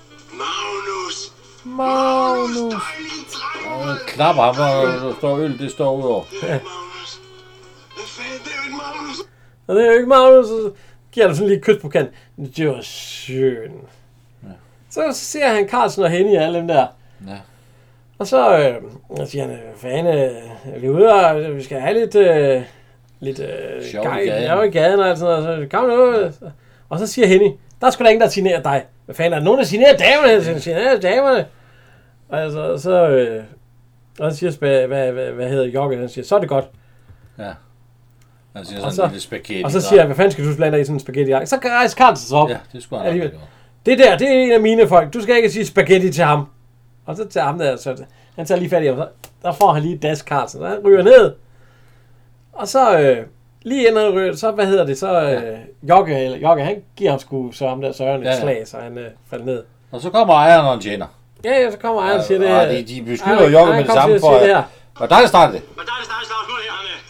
Magnus! Og klapper ham, og der står øl, det står ud over. Ja. Magnus! Hvad fanden, det er jo ikke Magnus! Og det er jo ikke Magnus, så giver han sådan lige et kys på kanten. Det var synd. Ja. Så ser han Carlsen og Henny og alle dem der. Ja. Og så siger han, fanden, vi er ude, og vi skal have lidt gang i gaden og alt sådan noget. Så kom nu. Og så siger Henny, der er sgu da ingen, der signerer dig. Hvad fanden, er der nogen, der signerer damerne? Så signerer damerne. Og altså, og så siger, hvad hedder Jocke? Han siger, så er det godt. Ja. Han siger sådan en lille spaghetti. Og så siger jeg, hvad fanden skal du blande dig i sådan en spaghetti? Så kan rejse Carlsen så op. Ja, det skulle han godt. Det der, det er en af mine folk. Du skal ikke sige spaghetti til ham. Og så tager ham der, så han tager lige fat i ham. Så der får han lige das Carlsen. Så han ryger ned. Og så lige inden han ryger, så hvad hedder det? Så Jocke, han giver ham sgu så ham der Søren et slag, så han falder ned. Og så kommer ejeren og en tjener. Ja, så kommer ejeren og siger det her. De beskylder Jocke med det samme for, at... Og der er det startet. Men der er det startet slagsmål her, Anne.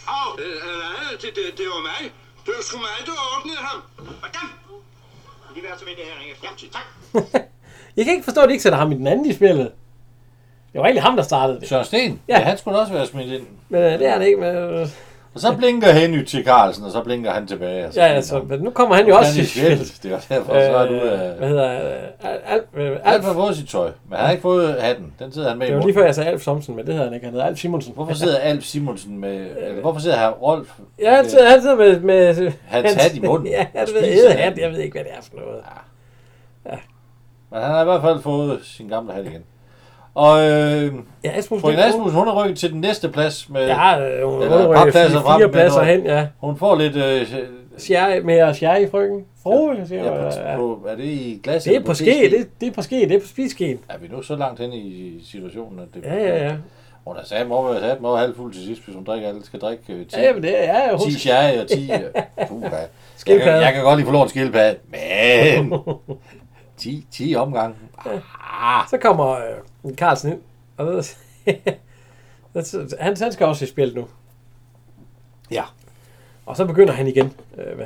Det var mig. Det var sgu mig, der åbnede ham. Hvordan? Lige være så venlig her, Inge. Ja, tak. Jeg kan ikke forstå, at de ikke sætter ham i den anden i spillet. Det var egentlig ham, der startede det. Søren Sten? Ja, han skulle også være smidt ind. Men det er det ikke. Men... Og så blinker Henny til Carlsen, og så blinker han tilbage. Ja, altså, men nu kommer han jo også i spillet. Det var derfor, så er du... Hvad hedder Alf har fået sit tøj, men han har ikke fået hatten. Den sidder han med i munden. Det var lige før, jeg sagde Alf Thomsen, men det hedder han ikke. Han hedder Alf Simonsen. Hvorfor sidder Alf Simonsen med... Eller hvorfor sidder her Rolf? Ja, han sidder med hans hat i munden. Ja, jeg ved ikke, hvad det er for noget. Ja. Men han har i hvert fald fået sin gamle hat igen. Og Frøken Asmussen, hun er rykket til den næste plads med hun er rykket 4 pladser hen, ja. Hun får lidt mere sherry, frøken. Er det i glas? Det er på ske, det er på ske, det er på spisskeen. Er vi nu så langt hen i situationen, at det Ja. Hun har sat mig halvfuld til sidst, hvis hun skal drikke 10. Ja, men det er 10 sherry og 10... Skildpadde. Jeg kan godt lide få lov en skildpadde, men... 10 omgange. Så kommer Carlsen ind, og han skal også i spil nu. Ja. Og så begynder han igen.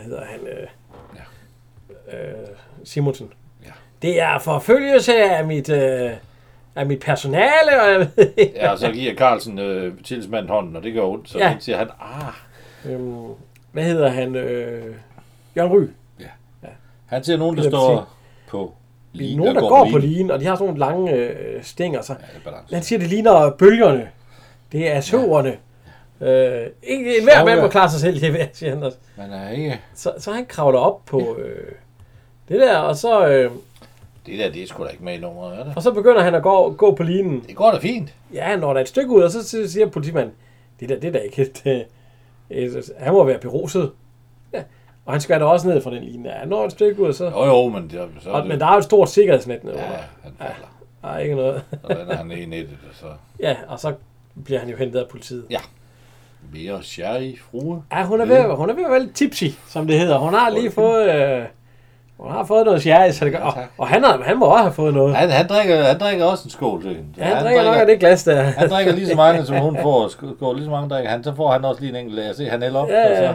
Simonsen. Ja. Det er forfølgelse af mit personale. Og jeg ved ikke. Ja, og så giver Carlsen tillidsmanden hånden, og det gør ondt. Så siger han, hvad hedder han? Jørgen Ry. Ja. Han ser nogen, der står på lige. Nogen, der går på ligen, og de har sådan nogle lange stænger. Så. Ja, han siger, det ligner bølgerne. Det er søverne. Ikke enhver mand må klare sig selv, det siger han også. Man er ikke... Så han kravler op på det der, og så... det der, det er sgu da ikke med i nummeret, er det? Og så begynder han at gå på linen. Det går da fint. Ja, når der er et stykke ud, og så siger politimanden, det der ikke han må være beruset. Ja. Og han skvatter også ned fra den line. Ja, når et stykke ud, så... Jo, men... Men der er jo et stort sikkerhedsnet. Ja, han falder. Der er ikke noget. Og den er han i nettet, og så... Ja, og så bliver han jo hentet af politiet. Ja. Mere sherry, frue. Ja, hun er ved at være lidt tipsy, som det hedder. Hun har lige fået... hun har fået noget sherry, så det gør, og han må også have fået noget. Han drikker også en skål til hende. Ja, han drikker nok af det glas der. Han drikker lige så mange, som hun får. Skål lige så mange drikker han. Så får han også lige en enkelt lag. Se, han hælder op. Ja.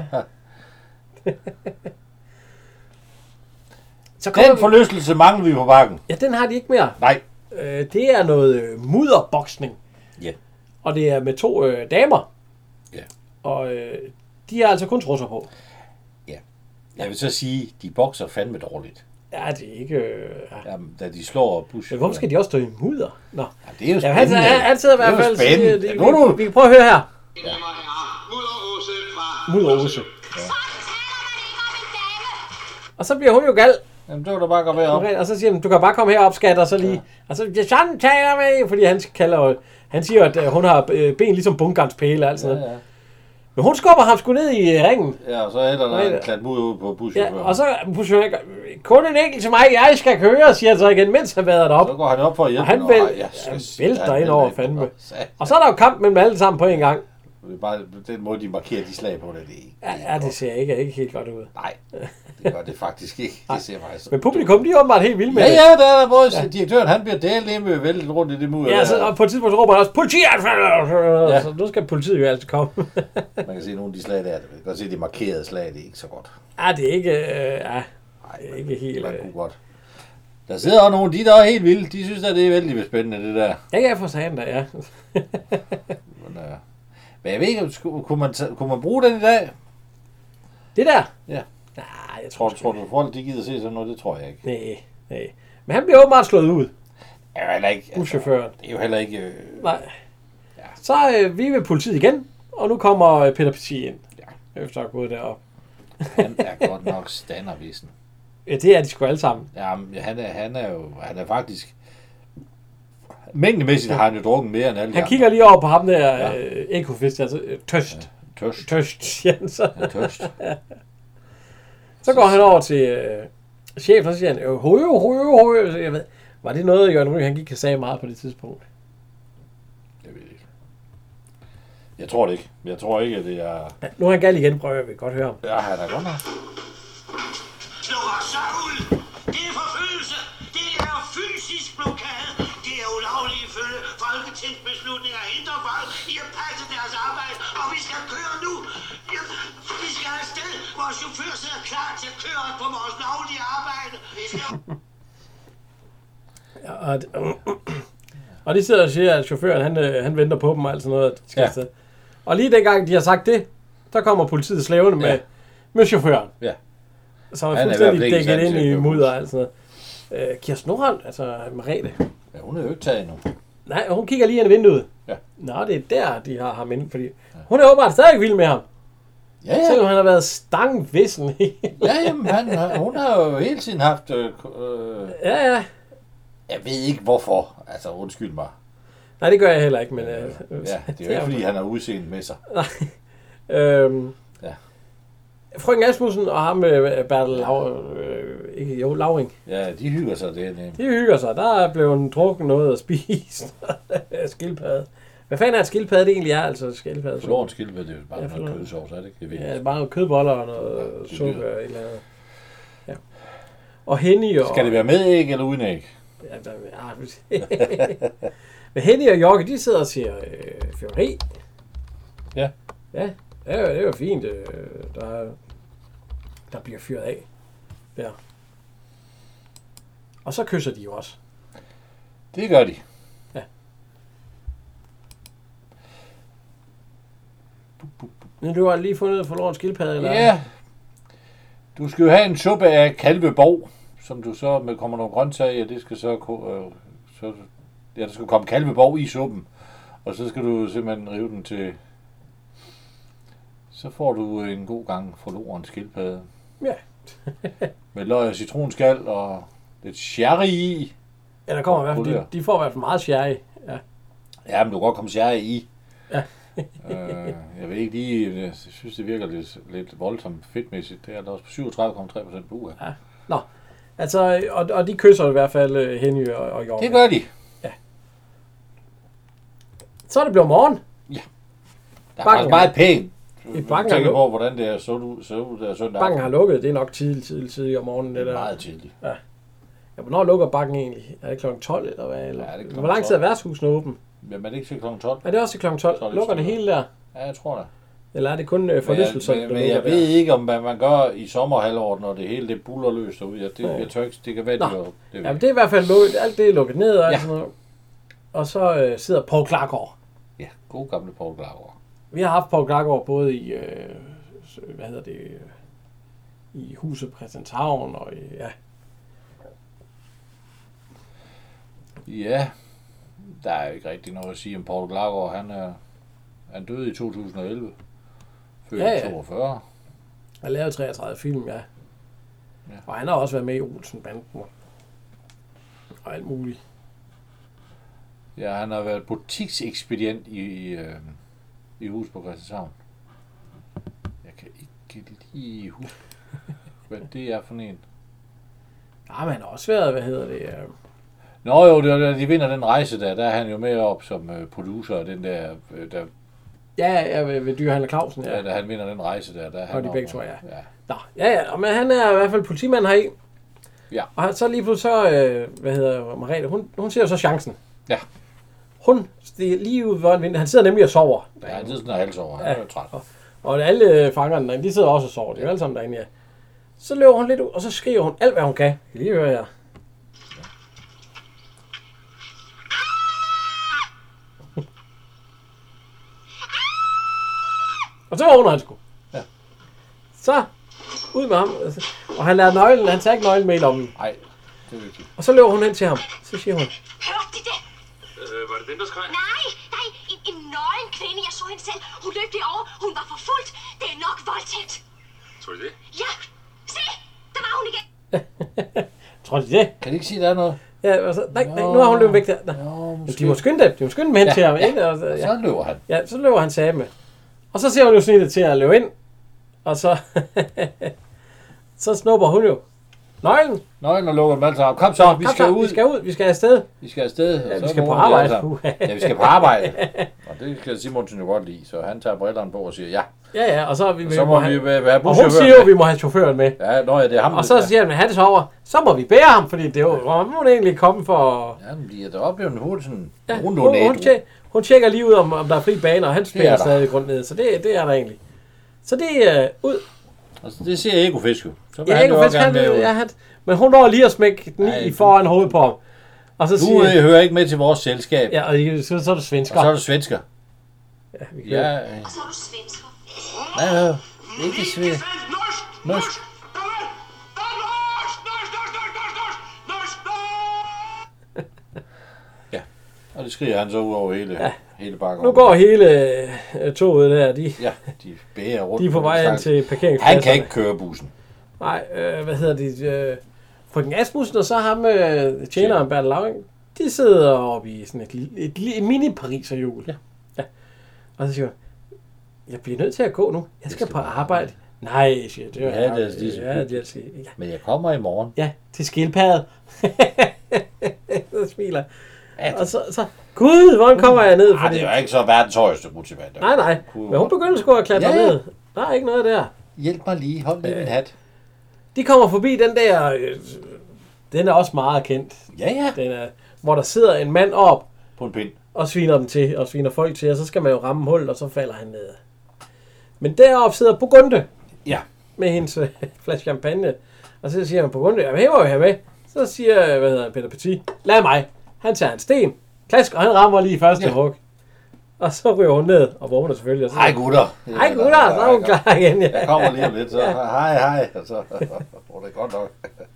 Så den forlystelse mangler vi på bakken. Ja, den har de ikke mere. Nej. Det er noget mudderboksning. Ja. Og det er med 2 damer. Ja. Og de har altså kun trusser på. Ja. Jeg vil så sige, de bokser fandme dårligt. Ja, det er ikke... Jamen, da de slår Bush. Men hvorfor skal de også stå i mudder? Nå. Ja, det er jo spændende. Han sidder i hvert fald... Spændende. Vi kan prøve at høre her. Ja. Mudder-Åse. Ja. Og så bliver hun jo gal. Jamen, det var da bare gå herop. Og så siger han, du kan bare komme herop, skat, og så lige... Ja. Og så sådan taler med, fordi han siger, at hun har ben ligesom bunkerens pæle og alt sådan noget. Ja. Men hun skubber ham sgu ned i ringen. Ja, og så er der en klat mud ud på buschaufføren. Ja, og så buschaufføren, kun en enkelt til mig, jeg skal køre, siger han så igen, mens han vader derop. Så går han op for at hjælpe. Og han vælter ind over fandme. Og så er der jo kamp mellem alle sammen på en gang. Det er bare den måde, de markerer de slag på det. Ja, det ser ikke helt godt ud. Nej, det gør det faktisk ikke. Det ser faktisk. Men publikum, de er åbenbart helt vilde med det. Ja, der er både direktøren, han bliver delt ind med væltet rundt i det mudder. Ja, og på et tidspunkt råber han også, politiet! Så nu skal politiet jo altid komme. Man kan se nogle af de slag der. Man kan godt se, de markerede slag, det er ikke så godt. Ja, det er ikke... Nej, det er ikke helt... Man kunne godt. Der sidder også nogle, de der er helt vilde. De synes, at det er vældig spændende, det der. Ja, jeg får sagen der, ja. Men jeg ved ikke, kunne man bruge den i dag? Det der? Ja. Nej, jeg tror du, folk de gider se sådan noget? Det tror jeg ikke. Nej. Men han bliver åbenbart slået ud. Ja, heller ikke. Buschaufføren. Det er jo heller ikke... Nej. Ja. Så er vi ved politiet igen, og nu kommer Peter Petit ind. Ja. Efter at have gået derop. Han er godt nok standardvisen. Ja, det er de sgu alle sammen. Ja, han er faktisk... Mængdemæssigt har han jo drukket mere end alle han kigger lige over på ham der, Ekofist, altså tøst. Ja, tøst, siger han så. Ja, tøst. Så går han over til chefen, og så siger han, højø. Jeg ved, var det noget, Jørgen Ryg, han gik og sagde meget på det tidspunkt? Jeg ved ikke. Jeg tror det ikke. Jeg tror ikke, at det er... Ja, nu er han gal igen, prøver jeg vil godt høre ham. Ja, han er godt nok. Slå os ud! Det er forfølgelse! Det er fysisk blokade! Det er ulovligt ifølge folketingsbeslutninger at hindre folk i at passe deres arbejde, og vi skal køre nu! Vi skal afsted! Vores chauffør sidder klar til at køre os på vores lovlige arbejde! Vi skal... Ja, og de sidder og siger, at chaufføren han venter på dem og alt sådan noget. Ja. Og lige dengang de har sagt det, der kommer politiet slævende med chaufføren. Ja. Så er fuldstændig dækket ind i mudder og alt sådan noget. Kirsten Nordholm, altså Merete. Ja, hun er jo ikke taget endnu. Nej, hun kigger lige ind i vinduet. Ja. Nå, det er der, de har ham inde, fordi hun er åbenbart stadig vild med ham. Ja. Selvom han har været stangvissen. Ja, jamen, hun har jo hele tiden haft... Ja. Jeg ved ikke hvorfor. Altså, undskyld mig. Nej, det gør jeg heller ikke, men... ja, det er jo ikke, fordi han har udseende med sig. Nej. Ja. Frøken Asmussen og ham med Bertel Lauring. Ja, de hygger sig det. De hygger sig. Der er blevet drukket noget og spist. Skildpadde. Hvad fanden er et skildpadde, det egentlig er? Altså skildpadde. Forloren skildpadde, det er jo bare noget kødsovs, er det ikke? Det ved jeg Ja, ikke. bare noget kødboller og noget suppe og et eller andet. Ja. Og Henny og... Skal det være med æg eller uden æg? Men Henny og Jokke, de sidder og siger fyrværkeri. Ja. Ja, det er jo fint. Der bliver fyret af. Der. Og så kysser de jo også. Det gør de. Ja. Men du har lige fundet forloren skildpadde, eller? Ja. Du skal jo have en suppe af kalveborg, som du så med kommer nogle grøntsager i, og det skal der skal komme kalveborg i suppen. Og så skal du simpelthen rive den til... Så får du en god gang forloren skildpadde. Ja. Med løg og citronskal og lidt sherry i. Ja, der kommer i hvert fald, de får i hvert fald meget sherry. Ja. Ja, men du kan godt komme sherry i. Ja. Jeg ved ikke lige, jeg synes det virker lidt voldsomt fedtmæssigt. Det er der også på 37,3% på uge. Ja. Nå, altså, og de kysser i hvert fald Henny og Jokke. Det gør de. Ja. Så er det blevet morgen. Ja. Der er faktisk meget pænt. Jeg tænker på, hvordan det er så ud der søndag. Bakken har lukket, det er nok tidligt om morgenen. Det er meget tidligt. Ja. Ja, hvornår lukker bakken egentlig? Er det kl. 12 eller hvad? Eller? Ja, det er kl. Hvor lang tid er værtshusene åben? Men er det ikke til kl. 12? Er det også til kl. 12? Lukker det hele der? Ja, jeg tror det. Eller er det kun forlystelser? Men jeg ved ikke, om hvad man gør i sommerhalvåret, når det hele det buller løs derude. Jeg tør ikke, det kan være, det ja, det er i hvert fald lukket. Alt det er lukket ned og alt sådan noget. Og så sidder Poul Klargaard. Ja, god gamle Poul Klargaard. Vi har haft Poul Klargaard både i, i huset Christianshavn og i, ja. Ja, der er ikke rigtig noget at sige om Poul Klargaard. Han døde i 2011. Født 42. Han lavede 33 film, ja. Og han har også været med i Olsen-banden. Og alt muligt. Ja, han har været butiksekspedient i hus på Christianshavn. Jeg kan ikke lige huske, hvad det er for en. Ja, men han har også været, Nå jo, de vinder den rejse der er han jo med op som producer af den der... Ja, ved Dyrehandler Clausen, ja. Ja, da han vinder den rejse der er han og de begge to, ja. Ja. Nå, ja, men han er i hvert fald politimand heri. Ja. Og så lige pludselig så, Margrethe, hun ser jo så chancen. Ja. Hun stiger lige ud ved en vind. Han sidder nemlig og sover. Ja, han sidder sådan og halsover. Han er jo træt. Og alle fangerne derinde, de sidder også og sover. De er jo alle sammen derinde, ja. Så løber hun lidt ud, og så skriver hun alt, hvad hun kan. Kan I lige høre her? Og så vågner han sgu. Ja. Så, ud med ham. Og han lader nøglen, han tager ikke nøglen med i lommen. Nej, det er vigtigt. Og så løber hun hen til ham. Så siger hun. Hørte de det? Var det den, der skreg? Nej, en nøgen kvinde. Jeg så hende selv. Hun løb derovre. Hun var forfulgt. Det er nok voldtægt. Tror du det? Ja, se, der var hun igen. Tror de det? Kan de ikke sige, der er noget? Ja, altså, nej, nu har hun løbet væk der. De må skynde dem hen til ham. Ja. Så løber han. Ja, så løber han samme. Og så ser hun jo snittet til at løbe ind. Og så... så snupper hun jo nøglen. Nøglen og lukker dem alle sammen. Kom så, vi skal ud. Vi skal afsted. Vi skal afsted. Ja, vi skal på arbejde. Ja, vi skal på arbejde. Og det skal Simonsen jo godt lide, så han tager brillerne på og siger ja. Ja, og så må vi være buschauffør. Og hun siger jo, at vi må have chaufføren med. Ja, det er ham. Og så siger han, at han det så over. Så må vi bære ham, fordi det er jo, hvor må egentlig komme for... Ja, men de er deroppe jo en hurtig sådan... Ja, hun tjekker lige ud, om der er fri baner, og han spiller stadig rundt ned. Så det er der egentlig. Så det er ud. Altså, det siger Ekofisk jo. Så ja, Ekofisk, men hun når lige at smække den i foran hovedet på ham. Og så du hører ikke med til vores selskab. Ja, og så er du svensker. Og så er du svensker. Ja, vi og så er du svensker. Nej, ikke svensker. Norsk. Ja, og det skriger han så ud over hele bakken. Nu går hele toget der, de bærer rundt. De er på vej hen til parkeringspladserne. Han kan ikke køre bussen. Nej, frøken Asmussen og så ham tjeneren Bertel Lauring, de sidder oppe i sådan et mini-Pariserhjul. Ja. Og så siger jeg bliver nødt til at gå nu. Jeg skal på arbejde. Nej, siger jeg. Det er men jeg kommer i morgen. Ja, til skildpaddet. Så smiler. Og så gud, hvordan kommer jeg ned? Nej, det er jo ikke så verdens højeste rutsjebane. Nej. Men hun begynder sgu at klatre ned. Der er ikke noget der. Hjælp mig lige, hold lige min hat. De kommer forbi den der... den er også meget kendt. Ja. Den er, hvor der sidder en mand op På en pind. og sviner dem til, og sviner folk til, og så skal man jo ramme hullet, og så falder han ned. Men deroppe sidder Burgunde Ja. med hendes flaske champagne, og så siger han, Burgunde, jeg må jo have med. Så siger, Peter Petit, lad mig. Han tager en sten, klask, og han rammer lige første hug. Og så ryger hun ned, og vågner selvfølgelig. Hej gutter. Hej gutter, så er hun klar igen. Ja. Jeg kommer lige om lidt, så hej. Og så det er godt nok.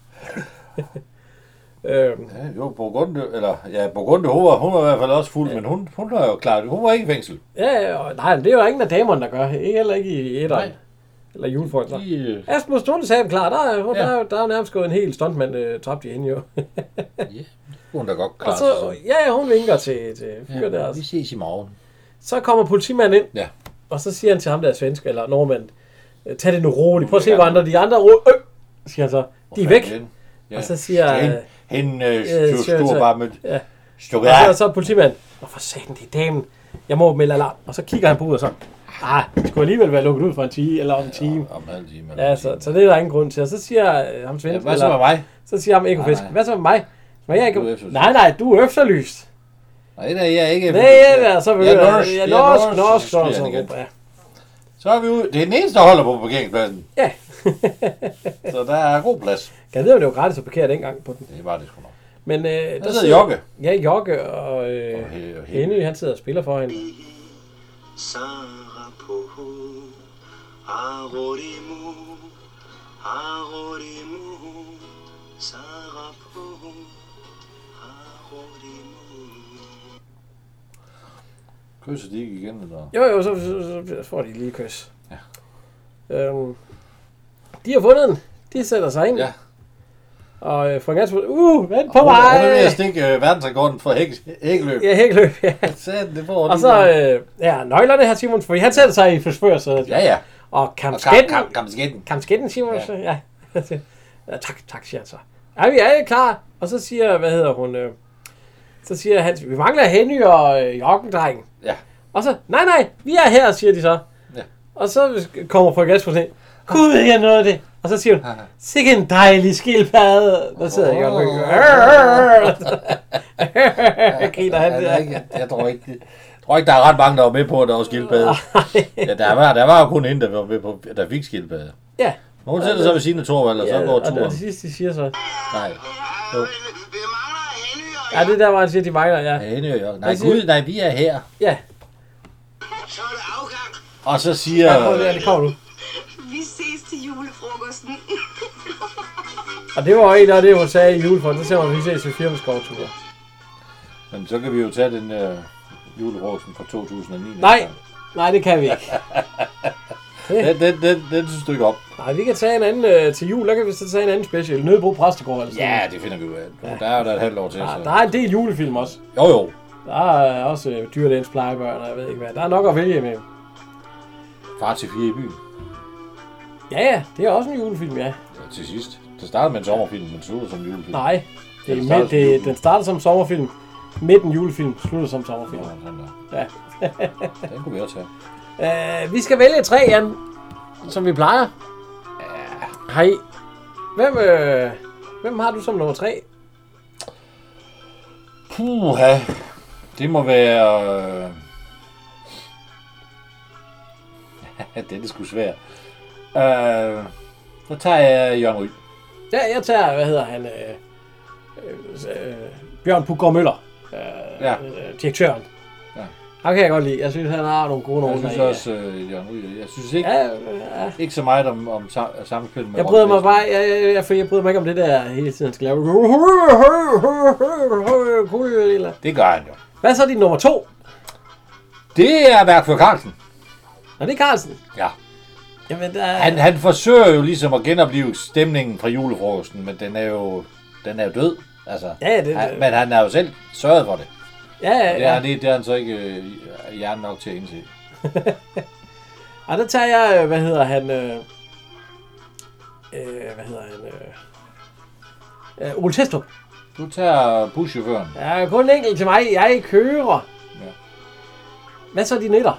Burgunde, hun var i hvert fald også fuld, men hun var jo klar. Hun var ikke i fængsel. Nej, det er jo ingen af damerne, der gør. Ikke heller ikke i etteren. Eller julefrøjden. Asmus Stunde sagde klar, der er jo nærmest gået en hel stuntmand tabt i hende jo. Hun er godt klar. Og så, hun vinker til fyr der. Vi ses i morgen. Så kommer politimanden ind, og så siger han til ham der svensk, eller nordmand, tag det nu roligt, prøv at se, hvor andre, de andre, siger han så, de er væk. Og så siger hende stor bare med stukket af. Og så politimanden, hvorfor sagde den det damen? Jeg må melde alarm. Og så kigger han på ud og så, det skulle alligevel være lukket ud for en time, eller om en time. Om en halv time. Ja, så det er der ingen grund til. Og så siger ham svensk, hvad så med mig? Så siger ham Ekofisk, hvad så med mig? Nej, du er efterlyst. Nej, jeg er ikke. Så vil jeg norsk. Så er vi ude. Det er den eneste, der holder på parkeringspladsen. Ja. Så der er god plads. Jeg ved, om det var gratis at parkere dengang på den. Det var det sgu nok. Men der sidder Jokke. Ja, Jokke og Henny, han sidder og spiller for hende. Kysser de ikke igen, eller? Jo, så får de lige kys. Ja. De har fundet den. De sætter sig ind. Ja. Og Frank Asmus, vent på mig! Hun er ved at stikke verdensrekorden for hækløb. Ja, hækløb, ja. Og så, nøglerne her, Simon, for han sætter sig i forsførsædet. Ja. Og kamsketten, Simon, ja. Tak, siger han så. Ja, vi er klar. Og så siger, så siger han, vi mangler Henny og Jokken-drengen. Ja. Og så, nej, vi er her, siger de så. Ja. Og så kommer Frank Asmus ind. Gud, jeg nåede det. Og så siger hun, sikke en dejlig skildpadde. Der sidder jeg og griner han der. Jeg tror ikke, der er ret mange, der var med på, at der var skildpadde. Ja, der var jo kun en, der var med på, der fik skildpadde. Ja. Hun sætter sig ved sine Thorvald, og så går turen. Og det sidste, de siger så. Nej. Ja, det der var, han siger, de mangler, ja. Henny og Jokke. Nej, gud, nej, vi er her. Ja. Så er det afgang. Og så siger... Ja, det kommer nu. Vi ses til julefrokosten. Og det var jo en af det, hun sagde i julefrokosten. Så ser man, at vi ses ved firmaskovture. Men så kan vi jo tage den julefrokosten fra 2009. Nej, det kan vi ikke. Den synes du ikke op. Nej, vi kan tage en anden til jul. Der kan vi så tage en anden special. Nødbro Præstegård. Altså. Ja, det finder vi jo af. Der er jo et halvt år til. Der er en del julefilm også. Jo. Der er også Dyrlægens plejebørn, og jeg ved ikke hvad. Der er nok at vælge med. Far til 4 i byen. Ja, det er også en julefilm, ja. Til sidst. Det starter med en sommerfilm, men slutter som en julefilm. Nej, den starter som sommerfilm. Midten julefilm, slutter som sommerfilm. Ja. Den kunne vi også have. Vi skal vælge 3, Jan, som vi plejer. Ja. Hej. Hvem har du som nummer 3? Puha. Det må være... det er sgu svært. Så tager jeg Jørgen Ryg. Ja, jeg tager, Bjørn Puggaard Møller. Direktøren. Ja. Ham kan jeg godt lide. Jeg synes, han har nogle gode nogen. Jeg synes også, Jørgen Ryg. Jeg synes ikke, ikke så meget om samspil med... Jeg bryder mig bare... Jeg bryder mig ikke om det der hele tiden skal lave... Det gør han jo. Hvad så er din nummer 2? Det er Værkfør Carlsen. Nå, det er Carlsen? Ja. Jamen, han forsøger jo ligesom at genopleve stemningen fra julefrokosten, men den er jo død. Altså, men han er jo selv sørget for det. Ja. Det er han så ikke hjernen nok til at indse. Og der tager jeg, Ole Testrup. Du tager buschaufføren. Ja, kun en enkelt til mig. Jeg kører. Ja. Hvad så de netter?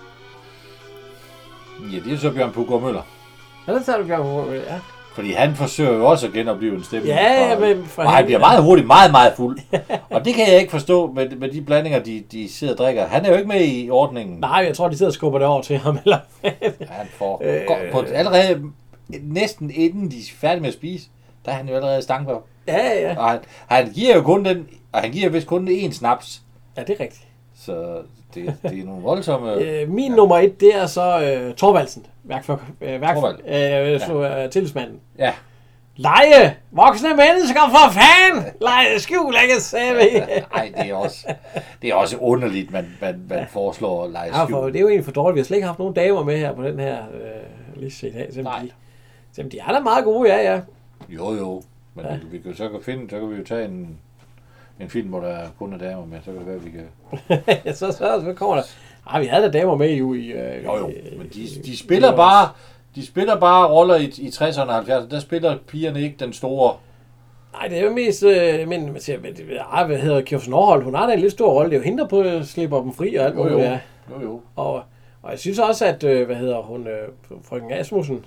Ja, det er så Bjørn Puggaard Møller. Ja, det tager du gerne. Ja. Fordi han forsøger jo også at genopleve en stemme. Ja, men og han bliver meget hurtigt, meget, meget fuld. Og det kan jeg ikke forstå med de blandinger, de sidder og drikker. Han er jo ikke med i ordningen. Nej, jeg tror, de sidder og skubber det over til ham. Eller? Ja, han får allerede næsten inden de er færdige med at spise, der er han jo allerede stang på. Ja. Og han giver jo kun den, og han giver vist kun én snaps. Ja, det er rigtigt. Så det er nogle voldsomme... Min nummer 1, det er så Thorvaldsen. Tillidsmanden. Ja. Leje! Voksne mennesker, for fanden! Leje, skjul ikke, sagde vi. Nej, det er også underligt, man foreslår at lege skjul. Ja, for det er jo egentlig for dårligt. Vi har slet ikke haft nogen damer med her på den her liste i dag. Selvom de er da meget gode, ja. Jo. Men ja. Vi kan så kan vi jo tage en film, hvor der kun er damer med. Så kan det være, vi kan... så kommer der... Ej, vi havde da damer med jo i... Jo, men de spiller bare... De spiller bare roller i 60'erne og 70'erne. Der spiller pigerne ikke den store... Nej, det er jo mest... men man siger, hvad hedder Kirsten Nørholdt? Hun har da en lidt stor rolle. Det er jo hende, der på at slippe dem fri og alt muligt. Ja. Jo. Og jeg synes også, at... frøken Asmussen...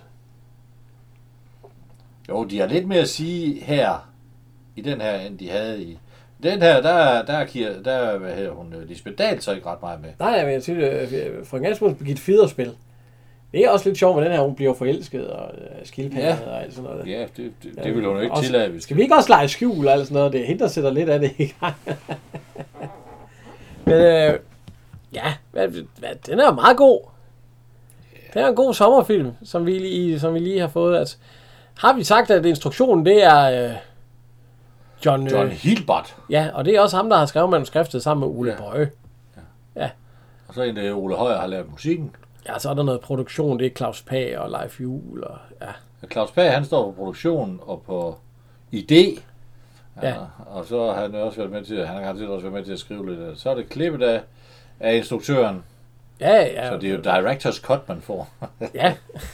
Jo, de har lidt mere at sige her, i den her, end de havde i... Den her, der hvad hedder hun, Lisbeth Dahl så ikke ret meget med. Nej, men jeg synes, frøken Asmussen begivet Fiderspil. Det er også lidt sjovt med den her, hun bliver forelsket og skildpaddet og alt sådan noget. Ja, det vil hun jo ikke tillade. Skal vi ikke også lege skjul og alt sådan noget? Det er hende, der sætter lidt af det i gang. Men ja, den er meget god. Det er en god sommerfilm, som vi lige har fået. Altså, har vi sagt, at instruktionen, det er John Hilbert. Ja, og det er også ham, der har skrevet manuskriptet sammen med Ole Bøje. Ja. Og så en Ole Højer har lavet musikken. Ja, så er der noget produktion, det er Claus Pag og Leif Juhl. Og, ja. Claus Pag, han står på produktion og på idé. Ja. Og så har han også været med til, han har også været med til at skrive lidt. Så er det klippet af instruktøren. Ja. Så det er jo director's cut, man får. Ja.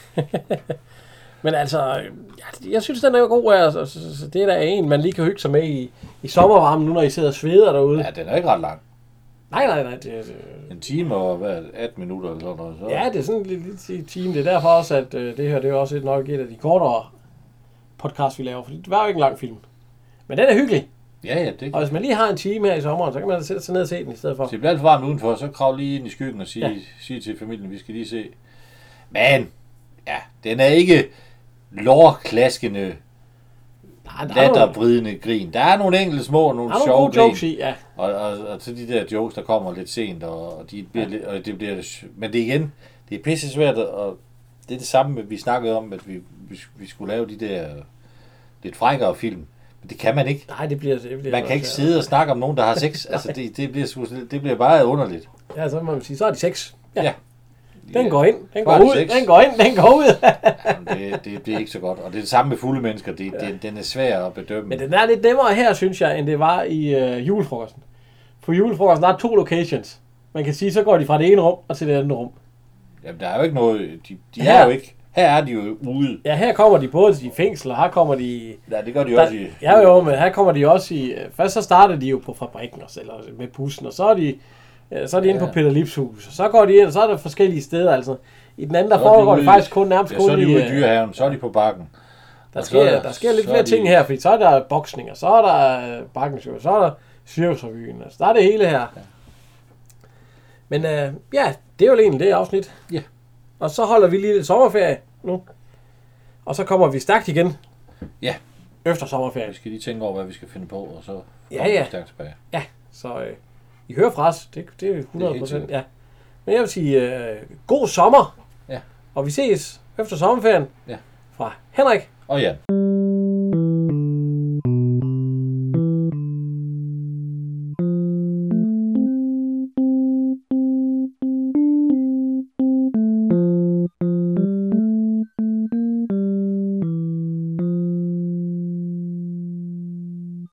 Men altså, jeg synes, den er jo god. Altså, det er der en, man lige kan hygge sig med i sommervarmen, nu når I sidder og sveder derude. Ja, den er ikke ret lang. Nej. En time og 18 minutter eller sådan noget. Så. Ja, det er sådan en lille time. Det er derfor også, at det her det er også nok et af de kortere podcast, vi laver. For det var jo ikke en lang film. Men den er hyggelig. Ja, det. Og hvis man lige har en time her i sommeren, så kan man sætte sig ned og se den i stedet for. Så det bliver alt for varmt udenfor, så krav lige ind i skyggen og sige til familien, vi skal lige se. Men, ja, den er ikke lårklaskende, lattervridende grin. Der er nogle enkelte små, nogle sjove grin. Jokes i, ja. Og så de der jokes, der kommer lidt sent, og de bliver lidt, og det bliver, men det igen, det er pisse svært, og det er det samme, vi snakkede om, at vi skulle lave de der lidt frækkere film. Men det kan man ikke. Nej, det bliver man kan ikke sidde og snakke om nogen, der har sex. Altså, det bliver bare underligt. Ja, så må man sige, så er de sex. Ja. Den går ind, den går ud, den går ind, den går ud. Jamen, det bliver ikke så godt. Og det er det samme med fulde mennesker. Den er svær at bedømme. Men den er lidt nemmere her, synes jeg, end det var i julefrokosten. For julefrokosten har 2 locations. Man kan sige, så går de fra det ene rum og til det andet rum. Jamen, der er jo ikke noget... De er jo ikke... Her er de jo ude. Ja, her kommer de både i fængsel, og her kommer de... Ja, det gør de også i... Ja, jo, men her kommer de også i... Først så starter de jo på fabrikken, eller med bussen, og så er de inde på Peter Lips hus. Så går de ind, og så er der forskellige steder, altså. I den anden, der foregår det faktisk kun nærmest kun i... så er de ude i Dyrehaven, så er de på bakken. Der sker lidt flere ting her, fordi så er der boksning, og så er der bakkenshow, så er der Cirkusrevyen, altså der er det hele her. Ja. Men ja, det er jo egentlig det afsnit. Ja. Og så holder vi lige lidt sommerferie nu. Og så kommer vi stærkt igen. Ja. Efter sommerferien. Vi skal lige tænke over, hvad vi skal finde på, og så kommer vi stærkt tilbage. Ja, så I hører fra os. Det er 100%. Ja. Men jeg vil sige, god sommer. Ja. Og vi ses efter sommerferien. Ja. Fra Henrik og Jan.